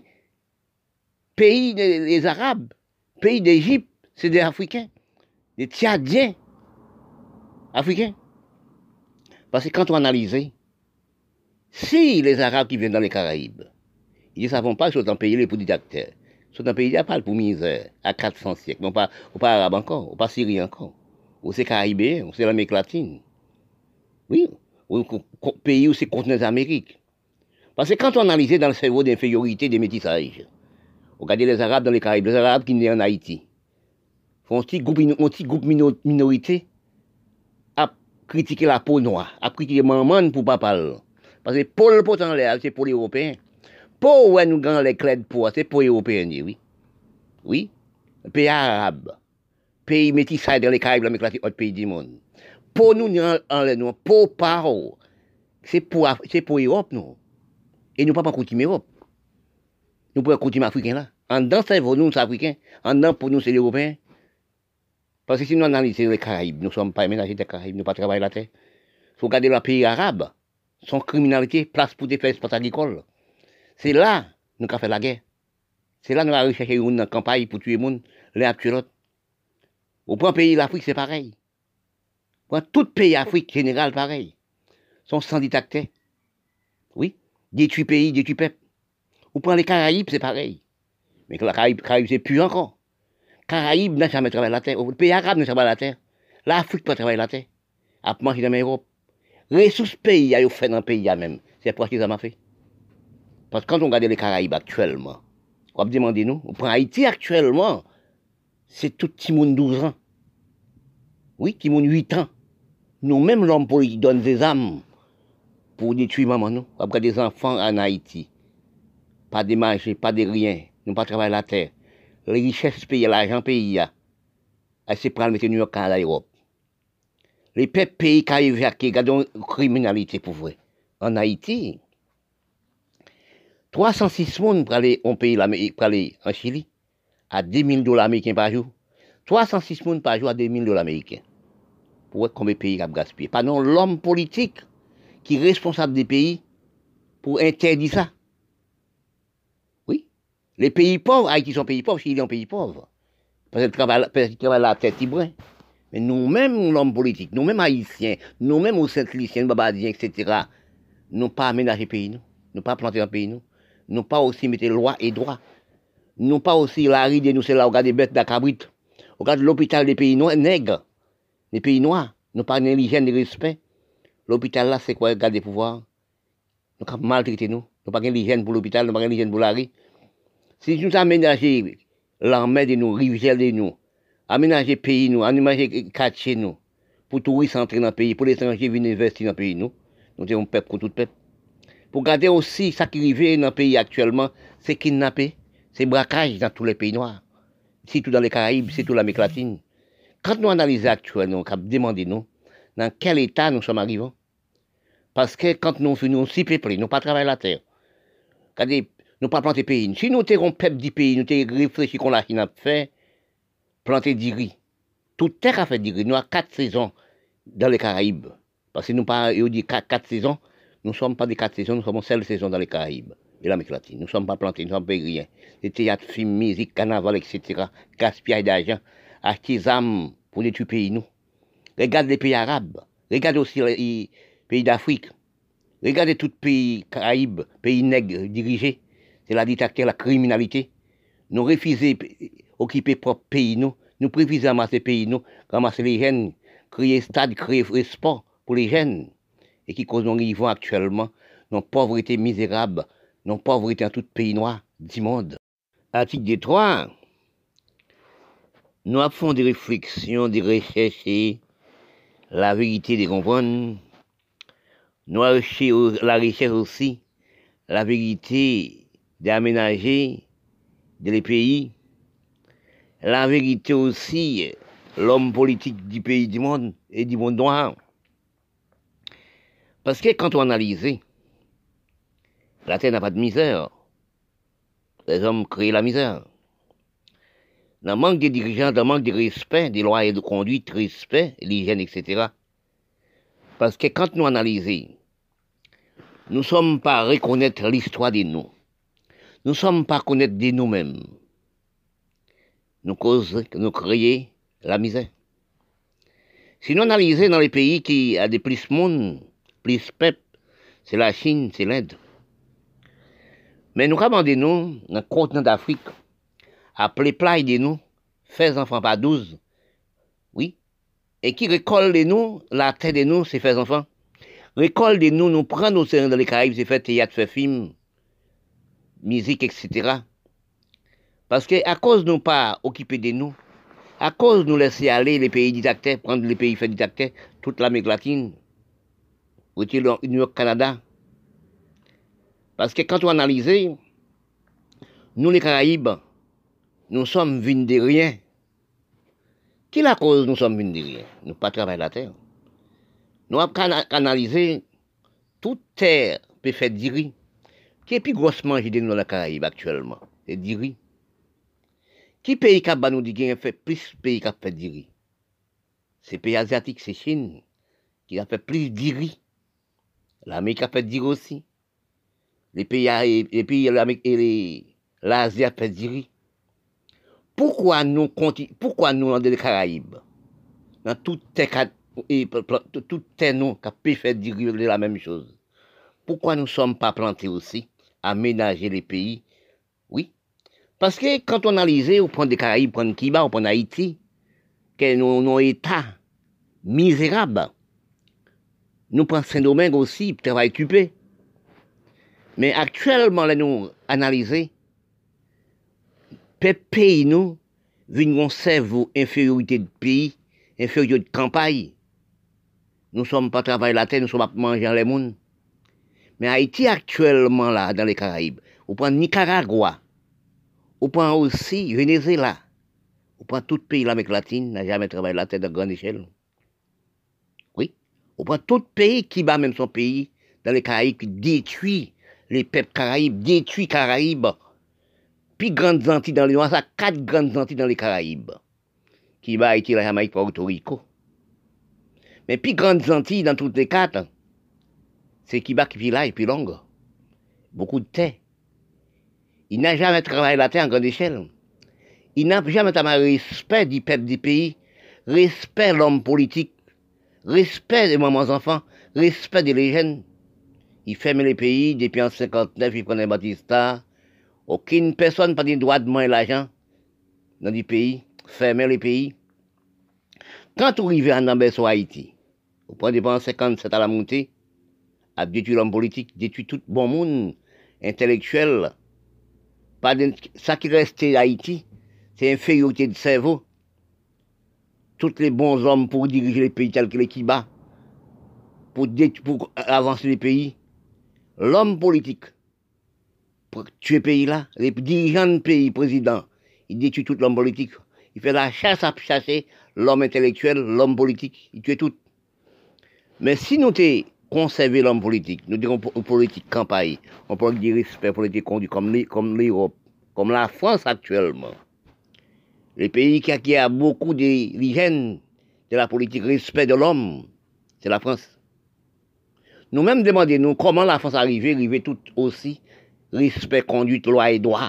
Pays des, des Arabes, pays d'Égypte, c'est des Africains. Des Tchadiens africains. Parce que quand on analyse, si les Arabes qui viennent dans les Caraïbes, ils ne savent pas qu'ils sont en pays les plus dictateurs. Ils sont en pays qui parlent pour misère, à quatre cents siècles. Non pas, pas Arabes encore, ou pas Syriens encore. Ou c'est Caribéen, ou c'est l'Amérique latine. Oui, ou pays où c'est continent d'Amérique. Parce que quand on analyse dans le cerveau d'infériorité des métissages, regardez les Arabes dans les Caraïbes, les Arabes qui naissent en Haïti, font un petit groupe, un petit groupe minorité à critiquer la peau noire, à critiquer maman pour pas parler. Parce que pour le pot en l'air, c'est pour les Européens. Pour où nous gagnons les clés de peau, c'est pour les Européens, oui. Oui. Pays arabe, pays métissage dans les Caraïbes, l'Amérique latine, autre pays du monde. Pour nous, en l'air, nous, pour paro, c'est pour, c'est pour l'Europe, nous. Et nous ne pouvons pas continuer l'Europe. Nous pouvons continuer l'Africain là. En dedans, c'est pour nous, c'est Africain. En dedans, pour nous, c'est les Européens. Parce que si nous analysons les Caraïbes, nous ne sommes pas aménagés des Caraïbes, nous ne pas travailler la terre. Si vous regardez les pays arabes, son criminalité, place pour des faits agricoles. C'est là nous avons fait la guerre. C'est là nous avons recherché une campagne pour tuer les gens, l'un tuer l'autre. Au point pays l'Afrique, c'est pareil. Au tout pays Afrique, général, pareil. Sont sans dictateur. Oui. Détruit pays, détruit peuple. Au point les Caraïbes, c'est pareil. Mais que la Caraïbe, Caraïbe c'est plus encore. Caraïbes n'a jamais travaillé la terre. Le pays arabe n'a jamais travaillé la terre. L'Afrique n'a travaillé la terre. A manger dans l'Europe. Ressources pays, il y a fait dans le pays même. C'est pour ça qu'ils ont fait. Parce que quand on regarde les Caraïbes actuellement, on va demander nous, on prend Haïti actuellement, c'est tout petit monde douze ans. Oui, petit monde huit ans. Nous-mêmes, l'homme politique donne des âmes pour détruire maman, nous. On regarde des enfants en Haïti. Pas de manger, pas de rien. Nous pas travailler la terre. Les richesses pays, l'argent pays, c'est pour mettre New York à l'Europe. Les peuples pays qui arrivent à qui gardent une criminalité pour vrai. En Haïti, trois cent six personnes pour aller en pays, pour aller en Chili, à deux mille dollars américains par jour. trois cent six personnes par jour à deux mille dollars américains. Pour voir combien de pays a gaspillé. Pas non l'homme politique qui est responsable des pays pour interdire ça. Oui. Les pays pauvres, Haïti sont pays pauvres, Chili sont pays pauvres. Parce qu'ils travaillent la tête libre. Mais nous-mêmes, l'homme politique, nous-mêmes haïtiens, nous-mêmes aux Saint-Lyciens, Babadiens, et cetera, nous pas aménager le pays, nous. Nous pas planter dans le pays, nous. Nous pas aussi mettre loi et droit. Nous pas aussi la ride, nous, c'est là, regarder des bêtes d'acabrit. Regarde l'hôpital des pays noirs, nègres. Les pays noirs. Nous pas l'hygiène de respect. L'hôpital là, c'est quoi, regarder pouvoir. Nous avons maltraité nous. Nous pas l'hygiène pour l'hôpital, nous pas l'hygiène pour la rue. Si nous aménager l'armée de nous, rivière de nous, aménager pays nous, aménager quartier nous, pour touristes entrer dans le pays, pour les étrangers venir investir dans le pays nous, nous sommes un peuple pour tout peuple. Pour garder aussi ça qui arrive dans le pays actuellement, c'est kidnapper, c'est braquage dans tous les pays noirs, surtout dans les Caraïbes, surtout l'Amérique latine. Quand nous analysons actuellement, nous demandons nous, dans quel état nous sommes arrivés. Parce que quand nous finissons si peuplés, nous pas travailler la terre. Regardez, nous pas planter pays. Si nous avons un peuple du pays, nous avons réfléchi qu'on a fait, planter du riz. Toute terre a fait du riz. Nous avons quatre saisons dans les Caraïbes. Parce que nous pas, il dit quatre, quatre saisons. Nous ne sommes pas des quatre saisons, nous sommes seule saison dans les Caraïbes et l'Amérique latine. Nous ne sommes pas plantés, nous ne sommes pas rien. Les théâtres, films, musique, carnaval, et cetera. Gaspillage d'argent, acheter des âmes pour détruire pays, nous. Regarde les pays arabes. Regarde aussi les, pays d'Afrique. Regardez tout pays Caraïbes, pays nègres dirigés, c'est la dictature, la criminalité. Nous refusons d'occuper propre pays, nous. Nous préférons ramasser pays, nous, ramasser les jeunes, créer stade, créer sport pour les jeunes. Et qui cause nous vivons actuellement, dans pauvreté misérable, dans pauvreté dans tout pays noir du monde. Article trois, nous avons des réflexions, des recherches, la vérité des comprendre. Nous avons la recherche aussi, la vérité d'aménager des pays, la vérité aussi, l'homme politique du pays du monde et du monde noir. Parce que quand on analyse, la terre n'a pas de misère. Les hommes créent la misère. Dans le manque des dirigeants, dans le manque de respect, des lois et de conduite, respect, l'hygiène, et cetera. Parce que quand nous analysons, nous ne sommes pas à reconnaître l'histoire de nous. Nous ne sommes pas à connaître de nous-mêmes. Nous causons, nous créons la misère. Si nous analysons dans les pays qui ont des plus monde, plus peuple, c'est la Chine, c'est l'Inde. Mais nous commandons nous, dans le continent d'Afrique, appelé plaie de nous, faire enfants par douze, oui, et qui récolte de nous, la terre de nous, c'est faire enfants. Récolte de nous, nous prenons nos séries dans les Caraïbes, c'est faire théâtre, faire film, musique, et cetera. Parce que à cause de nous pas occupés de nous, à cause de nous laisser aller les pays dictateurs, prendre les pays faits dictateurs, toute l'Amérique latine, retirer le New York, Canada. Parce que quand on analyse, nous les Caraïbes, nous sommes venus de rien. Qui la cause nous sommes venus de rien? Nous pas travailler la terre. Nous avons analysé toute terre peut faire du riz. Qui est plus grossement manger dans la Caraïbe actuellement? C'est du riz. Qui pays qui a nous dit qu'il fait plus pays qui a fait du riz? C'est pays asiatique, c'est Chine qui a fait plus du riz. L'Amérique a fait du riz aussi. Les pays, les pays et l'Asie a fait du riz. Pourquoi nous, pourquoi nous, dans les Caraïbes, dans toutes les toutes nous, qui peuvent faire du riz, la même chose? Pourquoi nous ne sommes pas plantés aussi, aménager les pays? Oui. Parce que quand on analyse, on prend des Caraïbes, on prend Cuba, on prend Haïti, que nos, nos États misérables, nous prenons Saint-Domingue aussi, travail occupé. Mais actuellement, là, nous analysons, pays, nous, venons cerveau, infériorité de pays, infériorité de campagne. Nous ne sommes pas travailler la terre, nous ne sommes pas manger les mondes. Mais Haïti, actuellement, là, dans les Caraïbes, on prend Nicaragua, on prend aussi Venezuela, on prend tout pays de l'Amérique latine, n'a jamais travaillé la terre de grande échelle. Oui. On prend tout pays qui bat même son pays, dans les Caraïbes, qui détruit les peuples Caraïbes, détruit Caraïbes. Puis grandes Antilles dans les Noirs, ça quatre grandes Antilles dans les Caraïbes. Qui bat Haïti, la Jamaïque, Porto Rico. Mais puis grandes Antilles dans toutes les quatre, c'est Cuba qui vit là et puis longue. Beaucoup de terre. Il n'a jamais travaillé la terre en grande échelle. Il n'a jamais travaillé respect du peuple du pays, respect de l'homme politique, respect des mamans enfants, respect des jeunes. Il ferme les pays depuis en cinquante-neuf, il prenait Batista. Aucune personne n'a pas le droit de manger l'argent dans le pays, fermer les pays. Quand on arrive en Amber sur Haïti, on prend des en cinquante-sept à la montée, à détruire l'homme politique, détruire tout bon monde, intellectuel. Pas de, ça qui reste à Haïti, c'est infériorité de cerveau. Tous les bons hommes pour diriger les pays tels que les Cuba, pour, pour avancer les pays. L'homme politique, pour tuer le pays là, les dirigeants de pays, président, il détruit tout l'homme politique. Il fait la chasse à chasser l'homme intellectuel, l'homme politique, il tue tout. Mais si nous t'es conservé l'homme politique, nous dirons politique campagne, on peut dire respect politique conduit comme l'Europe, comme la France actuellement. Les pays qui a, qui a beaucoup d'hygiène de la politique, respect de l'homme, c'est la France. Nous-mêmes demandons-nous comment la France arrive, arrive tout aussi, respect, conduite, loi et droit.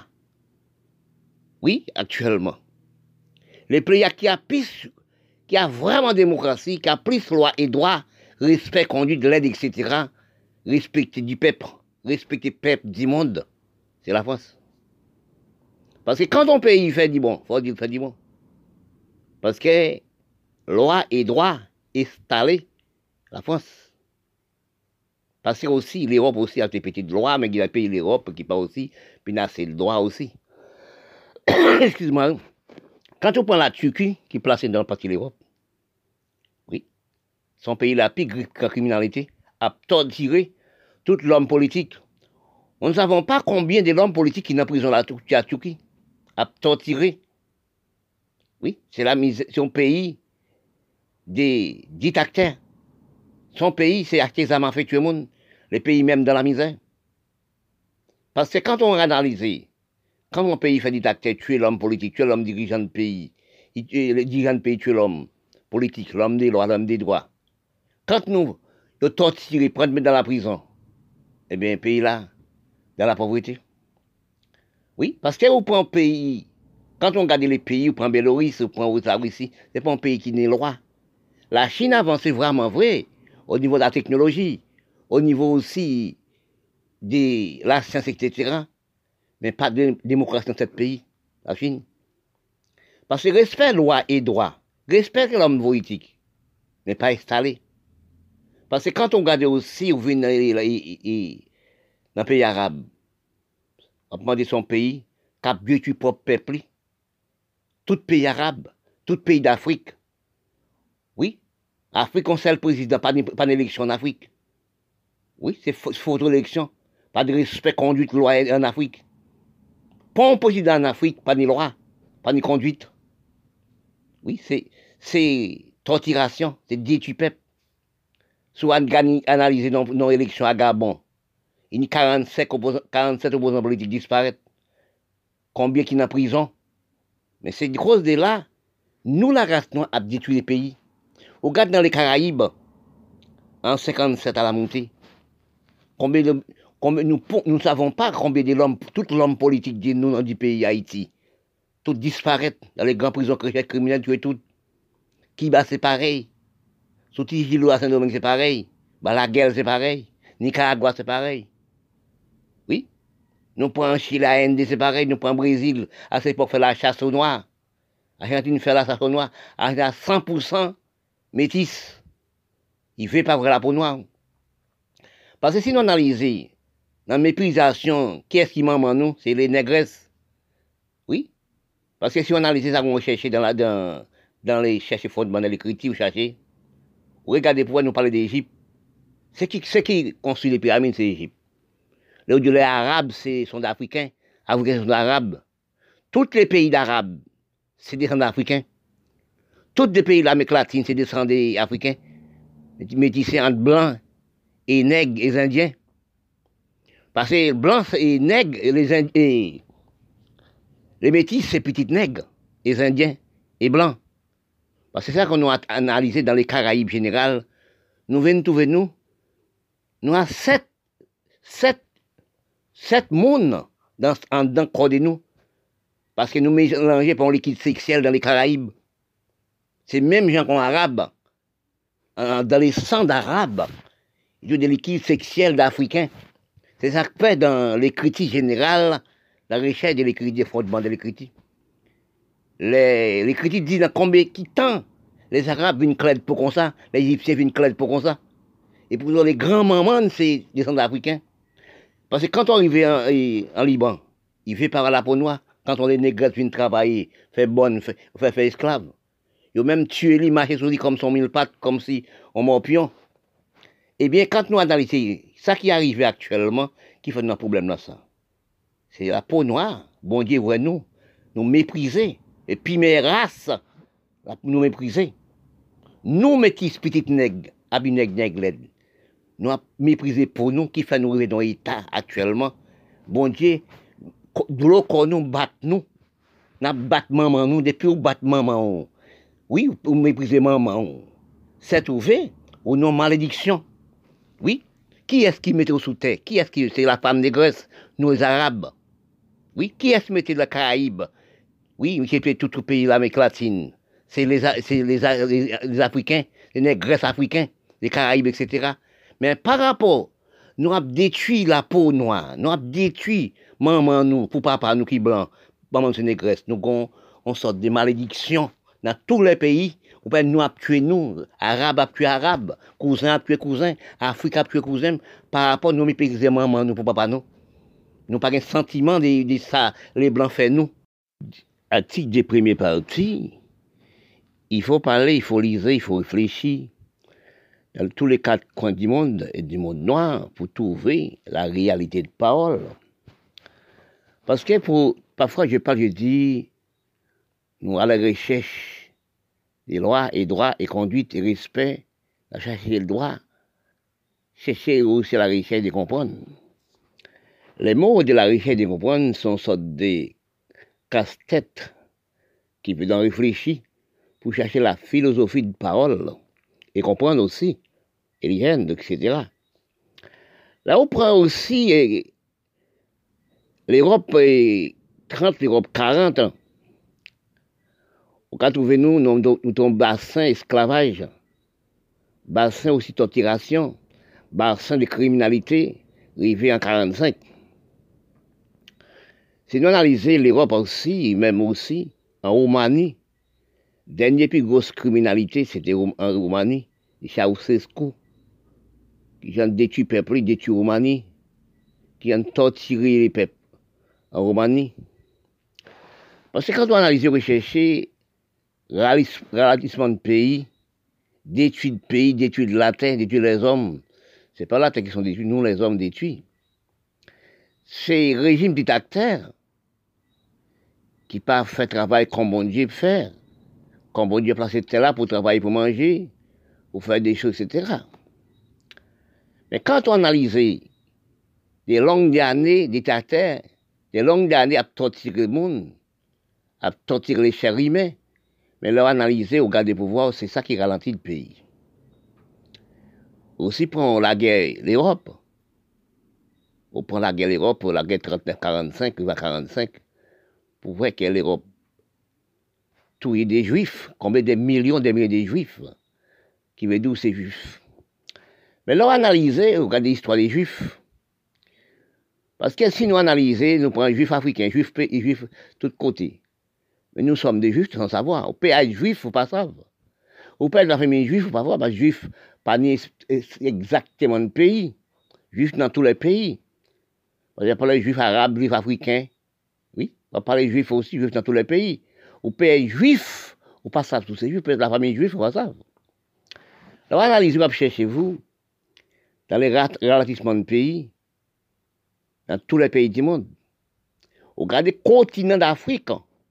Oui, actuellement. Les pays qui a plus, qui a vraiment démocratie, qui a plus loi et droit, respect, conduite, l'aide, et cetera. Respecter du peuple, respecter le peuple du monde, c'est la France. Parce que quand ton pays fait du bon, il faut dire qu'il fait du bon. Parce que loi et droit installés, la France. Parce que aussi, l'Europe aussi a des petites lois, mais il y a des pays l'Europe qui pas aussi, puis il a ses droits aussi. Excuse-moi. Quand on prend la Turquie, qui est placée dans le parti de l'Europe, oui, son pays la plus grande criminalité, a torturé tout l'homme politique. Nous ne savons pas combien de l'homme politique qui est en prison la Turquie, a torturé. Oui, c'est la misère, son pays des dictateurs. Son pays, c'est artisanat fait tuer le monde. Les pays même dans la misère. Parce que quand on analyse, quand un pays fait dictateur, tuer l'homme politique, tuer l'homme dirigeant de pays, il tue, le dirigeant de pays tue l'homme politique, l'homme des lois, l'homme des droits. Quand nous, nous torturons, prendre dans la prison, eh bien, un pays là, dans la pauvreté. Oui, parce que vous prenez un pays, quand on regarde les pays, vous prenez Bélorusse, vous prenez la Russie, ce n'est pas un pays qui n'est loi. La Chine avance vraiment vrai, au niveau de la technologie, au niveau aussi de la science, et cetera. Mais pas de démocratie dans ce pays, la Chine. Parce que respect loi et droit, respect l'homme politique, n'est pas installé. Parce que quand on regarde aussi, on vient dans les pays arabes, on demande son pays, qui a bien tué propre peuple, tout pays arabe, tout pays d'Afrique. Oui, Afrique, on sait le président, pas d'élection en Afrique. Oui, c'est faute d'élection, pas de respect, conduite, loi en Afrique. Pas un président en Afrique, pas de loi, pas de conduite. Oui, c'est torturation, c'est détruire peuple. Soit analyser nos, nos élections à Gabon, il y a quarante-sept opposants politiques disparaissent. Combien qui sont en prison? Mais c'est de cause de là, nous, la race noire, a détruit les pays. Regarde dans les Caraïbes, en cinquante-sept à la montée, combien de, combien, nous ne savons pas combien de l'homme, tout l'homme politique de nous dans du pays Haïti, tout disparaît dans les grandes prisons criminelles, tu es tout. Kiba, c'est pareil. Sotigilo à Saint-Domingue, c'est pareil. Balaguer, c'est pareil. Nicaragua, c'est pareil. Oui. Nous prenons Chili, la N D, c'est pareil. Nous prenons Brésil, à cette époque, faire la chasse aux noirs. Argentine fait la chasse aux noirs. À cent pour cent métis. Il ne fait pas vrai la peau noire. Parce que si nous analysons, dans la méprisation, qui est-ce qui m'en nous? C'est les négresses. Oui. Parce que si on analyse ça, on va chercher dans, la, dans, dans les chercher fondements, dans les critiques, vous cherchez. Regardez pourquoi nous parlons d'Égypte. Ce qui, qui construit les pyramides, c'est l'Égypte. Les, les Arabes sont d'Africains. Africains sont d'Arabes. Tous les pays d'Arabes, c'est des descendants africains. Tous les pays de l'Amérique latine, c'est des descendants africains. Métissés entre blancs et nègres et indiens. Parce que blancs et nègres, et les, Indi et les métis, c'est petites nègres, les indiens et blancs. Parce que c'est ça qu'on a analysé dans les Caraïbes générales. Nous venons trouver, nous, nous avons sept, sept, sept mondes dans, dans, dans le corps de nous. Parce que nous mélangeons par un liquide sexuel dans les Caraïbes. C'est même gens qu'on arabes, dans les sangs d'arabes, ils ont des liquides sexuels d'Africains. C'est ça que fait dans les critiques générales, la recherche de l'écriture, des fondements de l'écriture. Les, les critiques disent dans combien qui temps les Arabes viennent clair pour comme ça, les Égyptiens viennent clair pour comme ça. Et pour les grands mamans, c'est des Centrafricains. Parce que quand on arrive en, en Liban, il fait par la peau noire. Quand on les négresses viennent travailler, faire bonne, faire, faire, faire esclave. Ils ont même tué lui, marché sur lui comme son mille pattes, comme si on morpion. Eh bien, quand nous analysons ça qui arrive actuellement, qui fait notre problème là, ça. C'est la peau noire. Bon Dieu, voit nous, nous mépriser. Et puis mes races, nous mépriser. Nous, métis, petites nègres, habits nègres, nègres, nous mépriser pour nous, qui fait nous arriver dans l'état actuellement. Bon Dieu, de l'eau qu'on nous bat nous. Nous battons maman nous, depuis où bat maman. Oui, vous méprisez maman. C'est ouvert, ou non malédiction. Oui. Qui est-ce qui mettait sous terre? Qui est-ce qui, c'est la femme négresse, nous les Arabes. Oui. Qui est-ce qui mettait la Caraïbe? Oui, c'était tout le pays de l'Amérique latine. C'est les, les, les, les Africains, les négresses africains. les Caraïbes, et cetera. Mais par rapport, nous avons détruit la peau noire, nous avons détruit maman nous, pour papa nous qui blanc, maman nous négresse, nous avons on sort des malédictions dans tous les pays. Ou bien nous avons tué nous, Arabes a tué Arabes, cousins a tué cousins, Afrique a tué cousins, par rapport à nous, pays maman nous, pour papa nous. Nous n'avons pas un sentiment de, de ça, les blancs font nous. À titre des premiers partis, il faut parler, il faut liser, il faut réfléchir dans tous les quatre coins du monde et du monde noir pour trouver la réalité de parole. Parce que pour, parfois je parle, je dis, nous à la recherche des lois et droits et conduite et respect, à chercher le droit, chercher aussi la recherche de comprendre. Les mots de la recherche de comprendre sont sortes de casse-tête qui veut en réfléchir pour chercher la philosophie de parole et comprendre aussi l'hygiène, et cetera. Là, on prend aussi eh, l'Europe eh, trente, l'Europe quarante ans. On a trouvé nous, nous, nous, nous bassin esclavage, bassin aussi torturation, bassin de criminalité, arrivé en quarante-cinq. Si nous analysons l'Europe aussi, même aussi, en Roumanie, dernière plus grosse criminalité, c'était en Roumanie, Ceausescu, qui ont détruit le peuple, détruit la Roumanie, qui ont torturé les peuples en Roumanie. Parce que quand on analyse et recherche, ralentissement de pays, détruit de pays, détruit de la terre, détruit les hommes, c'est pas la terre qui sont détruits, nous les hommes détruits. C'est le régime dictateur qui pas fait travail comme bon Dieu peut faire, comme bon Dieu placé terre là pour travailler, pour manger, pour faire des choses, et cetera. Mais quand on analyse des longues années dictateurs, des longues années à torturer le monde, à torturer les chers humains, mais leur analyser au garde des pouvoirs, c'est ça qui ralentit le pays. Aussi, prend la guerre, l'Europe. On prend la guerre, l'Europe, la guerre trente-neuf quarante-cinq, quarante-cinq, pour voir que l'Europe tuer des juifs, combien de millions, de milliers de juifs, qui veut dire ces juifs. Mais leur analyser, regardez l'histoire des juifs. Parce que si nous analysons, nous prenons juifs africains, juifs, juifs, de tous côtés. Mais nous sommes des juifs sans savoir. Au pays être juif, il ne faut pas savoir. Au pays de la famille juive, il ne faut pas savoir, parce que juif, pas exactement le pays. Juif dans tous les pays. On va parler juifs arabes, juifs africains. Oui, on va parler juifs aussi, juifs dans tous les pays. Au pays juif, on ne pas savoir tous ces juifs, de la famille juive, il ne faut pas savoir. Alors, analysez, vous cherchez vous, dans les ralentissements de pays, dans tous les pays du monde. Regardez le continent d'Afrique.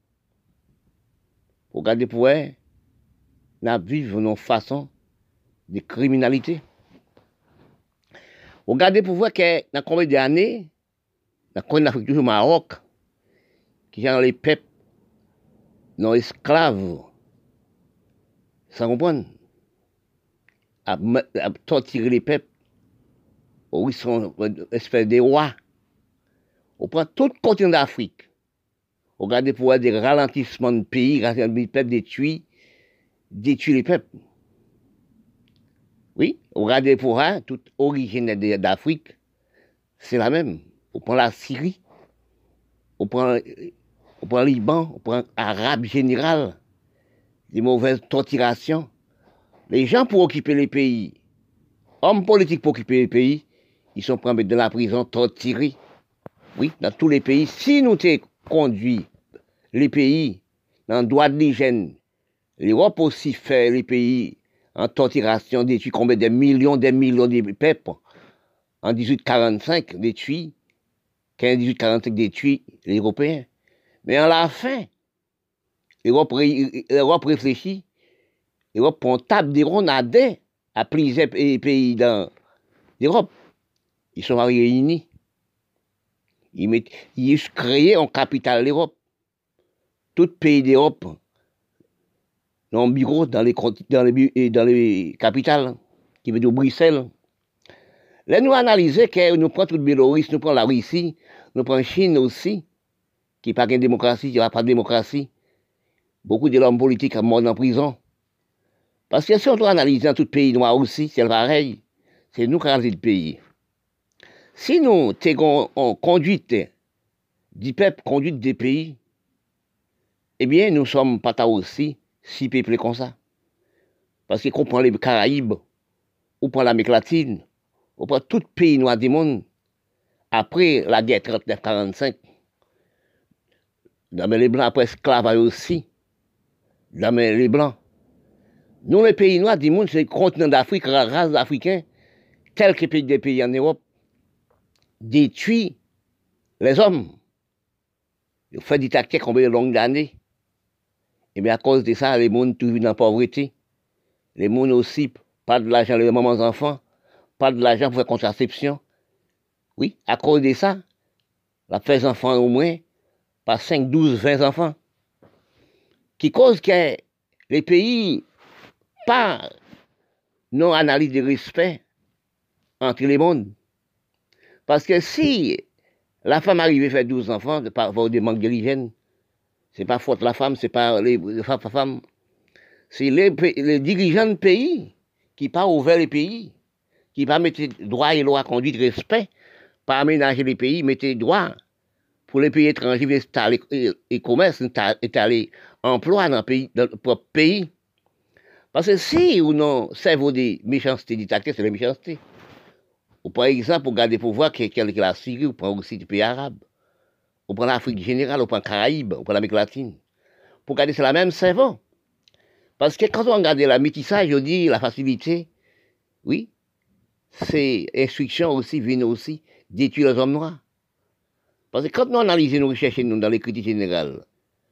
Regardez pour eux, nous vivons une façon de criminalité. Regardez pour voir que dans combien d'années, dans combien d'Afrique, toujours au Maroc, qui ont les peuples non esclaves, sans comprendre, à, à torturer les peuples, où ils sont une espèce de rois. On prend tout le continent d'Afrique. Regardez pour voir des ralentissements de pays, les peuples détruits, détruire les peuples. Oui, regardez pour voir, toute origine d'Afrique, c'est la même. On prend la Syrie, on prend, on prend le Liban, on prend l'Arabe général, des mauvaises torturations. Les gens pour occuper les pays, hommes politiques pour occuper les pays, ils sont pris dans la prison, torturés. Oui, dans tous les pays. Si nous t'es conduit les pays dans le droit de l'hygiène, l'Europe aussi fait les pays en torturation, détruit combien de millions, des millions de peuples. En dix-huit quarante-cinq, détruit, quinze dix-huit quarante-cinq, détruit les Européens. Mais à la fin, l'Europe, l'Europe réfléchit, l'Europe prend table des ronds à des, à plusieurs pays dans l'Europe. Ils sont réunis. Ils, mettent, ils créent en capitale l'Europe. Tout pays d'Europe, dans le bureau, dans les, dans les, dans les capitales, qui veut dire Bruxelles. Là, nous analysons que nous prenons toute Biélorusse, nous prenons la Russie, nous prenons la Chine aussi, qui n'a pas de démocratie, qui n'a pas de démocratie. Beaucoup de l'homme politique sont morts en prison. Parce que si on doit analyser dans tout pays noir aussi, c'est pareil. C'est nous qui avons le pays. Si nous avons en conduite du peuple, conduite des pays, eh bien, nous sommes pas aussi si peuplés comme ça. Parce que qu'on prend les Caraïbes, ou prend l'Amérique latine, ou prend tout pays noir du monde, après la guerre trente-neuf quarante-cinq, dans les Blancs, après esclavage aussi, dans les Blancs. Nous, les pays noirs du monde, c'est le continent d'Afrique, la race d'Africains, tel que des pays en Europe, détruit les hommes. Ils font des tactiques combien de longues années. Et bien à cause de ça, les gens vivent dans la pauvreté. Les gens aussi, pas de l'argent, les mamans enfants, pas de l'argent pour la contraception. Oui, à cause de ça, la fait des enfants au moins, par cinq, douze, vingt enfants. Qui cause que les pays, pas non analyse de respect entre les mondes. Parce que si la femme arrive à faire douze enfants, de par avoir des manques de l'hygiène, c'est pas faute de la femme, c'est pas les, les femmes. C'est les, les dirigeants de pays qui pas ouvert les pays, qui pas mettre droit et loi, conduite, respect, pas aménager les pays, mettre droit pour les pays étrangers, installer et, et commerce, étaler emploi dans le pays, dans le propre pays. Parce que si ou non, cerveau des méchancetés dictateurs, c'est la méchanceté. Ou par exemple, pour garder pour voir quelle est la Syrie, ou prend aussi des pays arabes. Ou prend l'Afrique générale, ou prend Caraïbes, ou prend l'Amérique latine. Pour garder, c'est la même cerveau. Parce que quand on regarde la métissage, je dis la facilité, oui, c'est instruction aussi, viennent aussi détruire les hommes noirs. Parce que quand nous analysons nos recherches nous, dans les critiques générales,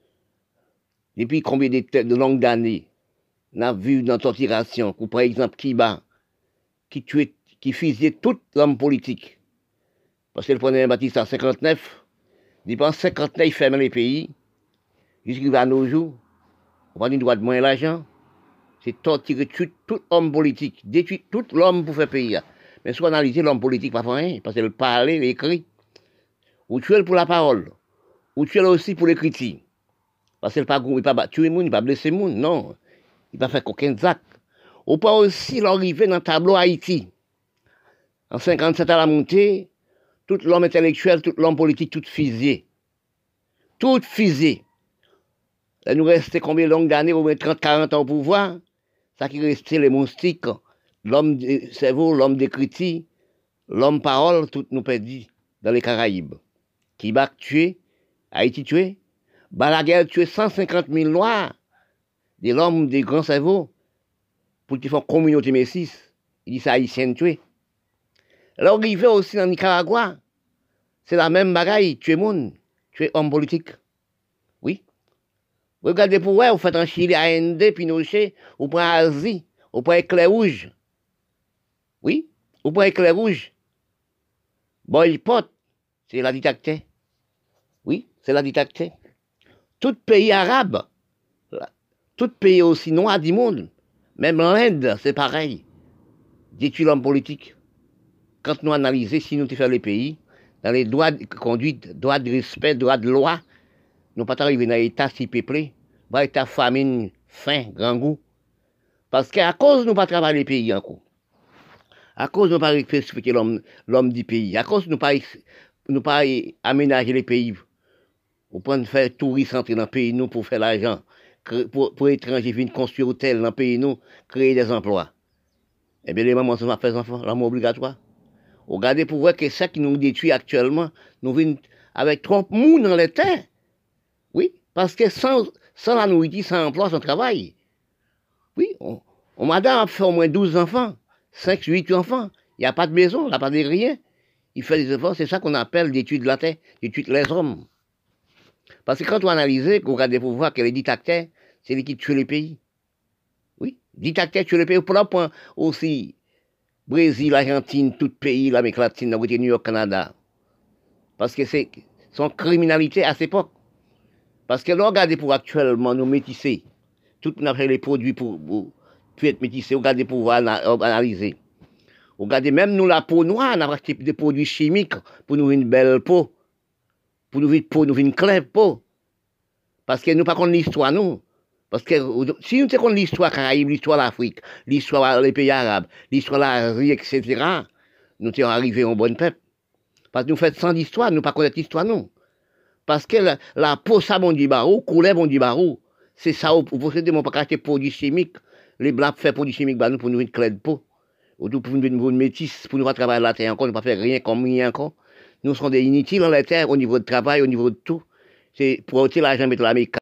depuis combien de, de longues d'années, on a vu dans la torturation, ou par exemple Kiba, qui tuait, qui fusillait tout l'homme politique. Parce que le premier Baptiste en cinquante-neuf, il pense cinquante-neuf, il ferme les pays, jusqu'à nos jours. On va dire droit de moins l'argent, c'est torturer tout, tout homme politique, détruire tout l'homme pour faire payer. Mais si on analyse l'homme politique, pas rien, parce qu'il parle, il écrit. Ou tuer pour la parole, ou tuer aussi pour les critiques. Parce qu'il ne peut pas tuer les gens, il ne peut pas blesser les gens, non. Il ne peut pas faire aucun acte. Ou pas aussi l'arrivée dans le tableau Haïti. En cinquante-sept à la montée, tout l'homme intellectuel, tout l'homme politique, tout fusillé. Tout fusillé. Là, nous restons combien de longues années, au moins trente, quarante ans au pouvoir. Ça qui restait les moustiques, l'homme de cerveau, l'homme de critique, l'homme parole, tout nous perdit dans les Caraïbes. Kiba tué, Haïti tué, Balaguer tué cent cinquante mille noirs, des l'homme des grands cerveaux, pour qu'ils font communauté métisse. Il dit ça haïtien tué. Alors, arrivé aussi dans Nicaragua, c'est la même bagaille, tuer monde, tuer homme politique. Oui. Regardez pour vous, vous faites en Chili, A N D, Pinochet, ou pour Asie, ou pour Éclair Rouge. Oui, ou pour Éclair Rouge. Boy Pot, c'est la dictature. Oui, c'est la dictature. Tout pays arabe, tout pays aussi noir du monde, même l'Inde, c'est pareil. Détruit l'homme politique. Quand nous analysons, si nous faisons les pays, dans les droits de conduite, droits de respect, droits de loi, nous ne pouvons pas arriver dans l'état si peuplé, dans l'état famine, faim, grand goût. Parce qu'à cause de nous pas travailler les pays encore, à cause de nous pas respecter l'homme, l'homme du pays, à cause de nous pas, nous pas aménager les pays, ou prendre faire touristes entrer dans le pays nous pour faire l'argent, pour, pour étrangers venir construire hôtel dans le pays nous, créer des emplois. Eh bien les mamans sont faire des enfants, l'amour obligatoire. Regardez pour voir que ça qui nous détruit actuellement, nous venons avec trop de monde dans les terres. Oui, parce que sans, sans la nourriture, sans emploi, sans travail. Oui, on, on madame fait au moins douze enfants, cinq, huit enfants. Il n'y a pas de maison, il n'y a pas de rien. Il fait des enfants, c'est ça qu'on appelle d'études de la terre, d'études les hommes. Parce que quand on analyse, on regarde pour voir que les dictateurs, c'est les qui tuent les pays. Oui, dictateurs tuent les pays. Pour la point aussi, Brésil, Argentine, tout pays, l'Amérique latine, New York, Canada. Parce que c'est son criminalité à cette époque. Parce que là, regardez pour actuellement nous métisser. Tout on a fait les produits pour, pour, pour être métissés, regardez pour voir, analyser. Regardez même nous la peau noire, on a acheté des produits chimiques pour nous une belle peau. Pour nous une peau, nous une claire peau. Parce que nous pas connaissons l'histoire, nous. Parce que si nous connaissons l'histoire Caraïbe, l'histoire de l'Afrique, l'histoire des pays arabes, l'histoire de l'Asie, et cetera, nous sommes arrivés en bonne peuple. Parce que nous faisons sans l'histoire, nous ne pas connaître l'histoire, non. Parce que la, la peau, ça, bon dit barou, couleur, bon dit barou. C'est ça, vous possédez mon pas acheter produits chimiques. Les blancs font produits chimiques, bah, nous, pour nous une clé de peau. Ou pour nous une métisse, pour nous pas travailler la terre encore, nous pas faire rien comme rien encore. Nous sommes des inutiles dans la terre, au niveau de travail, au niveau de tout. C'est pour ôter l'argent, mettre l'Amérique.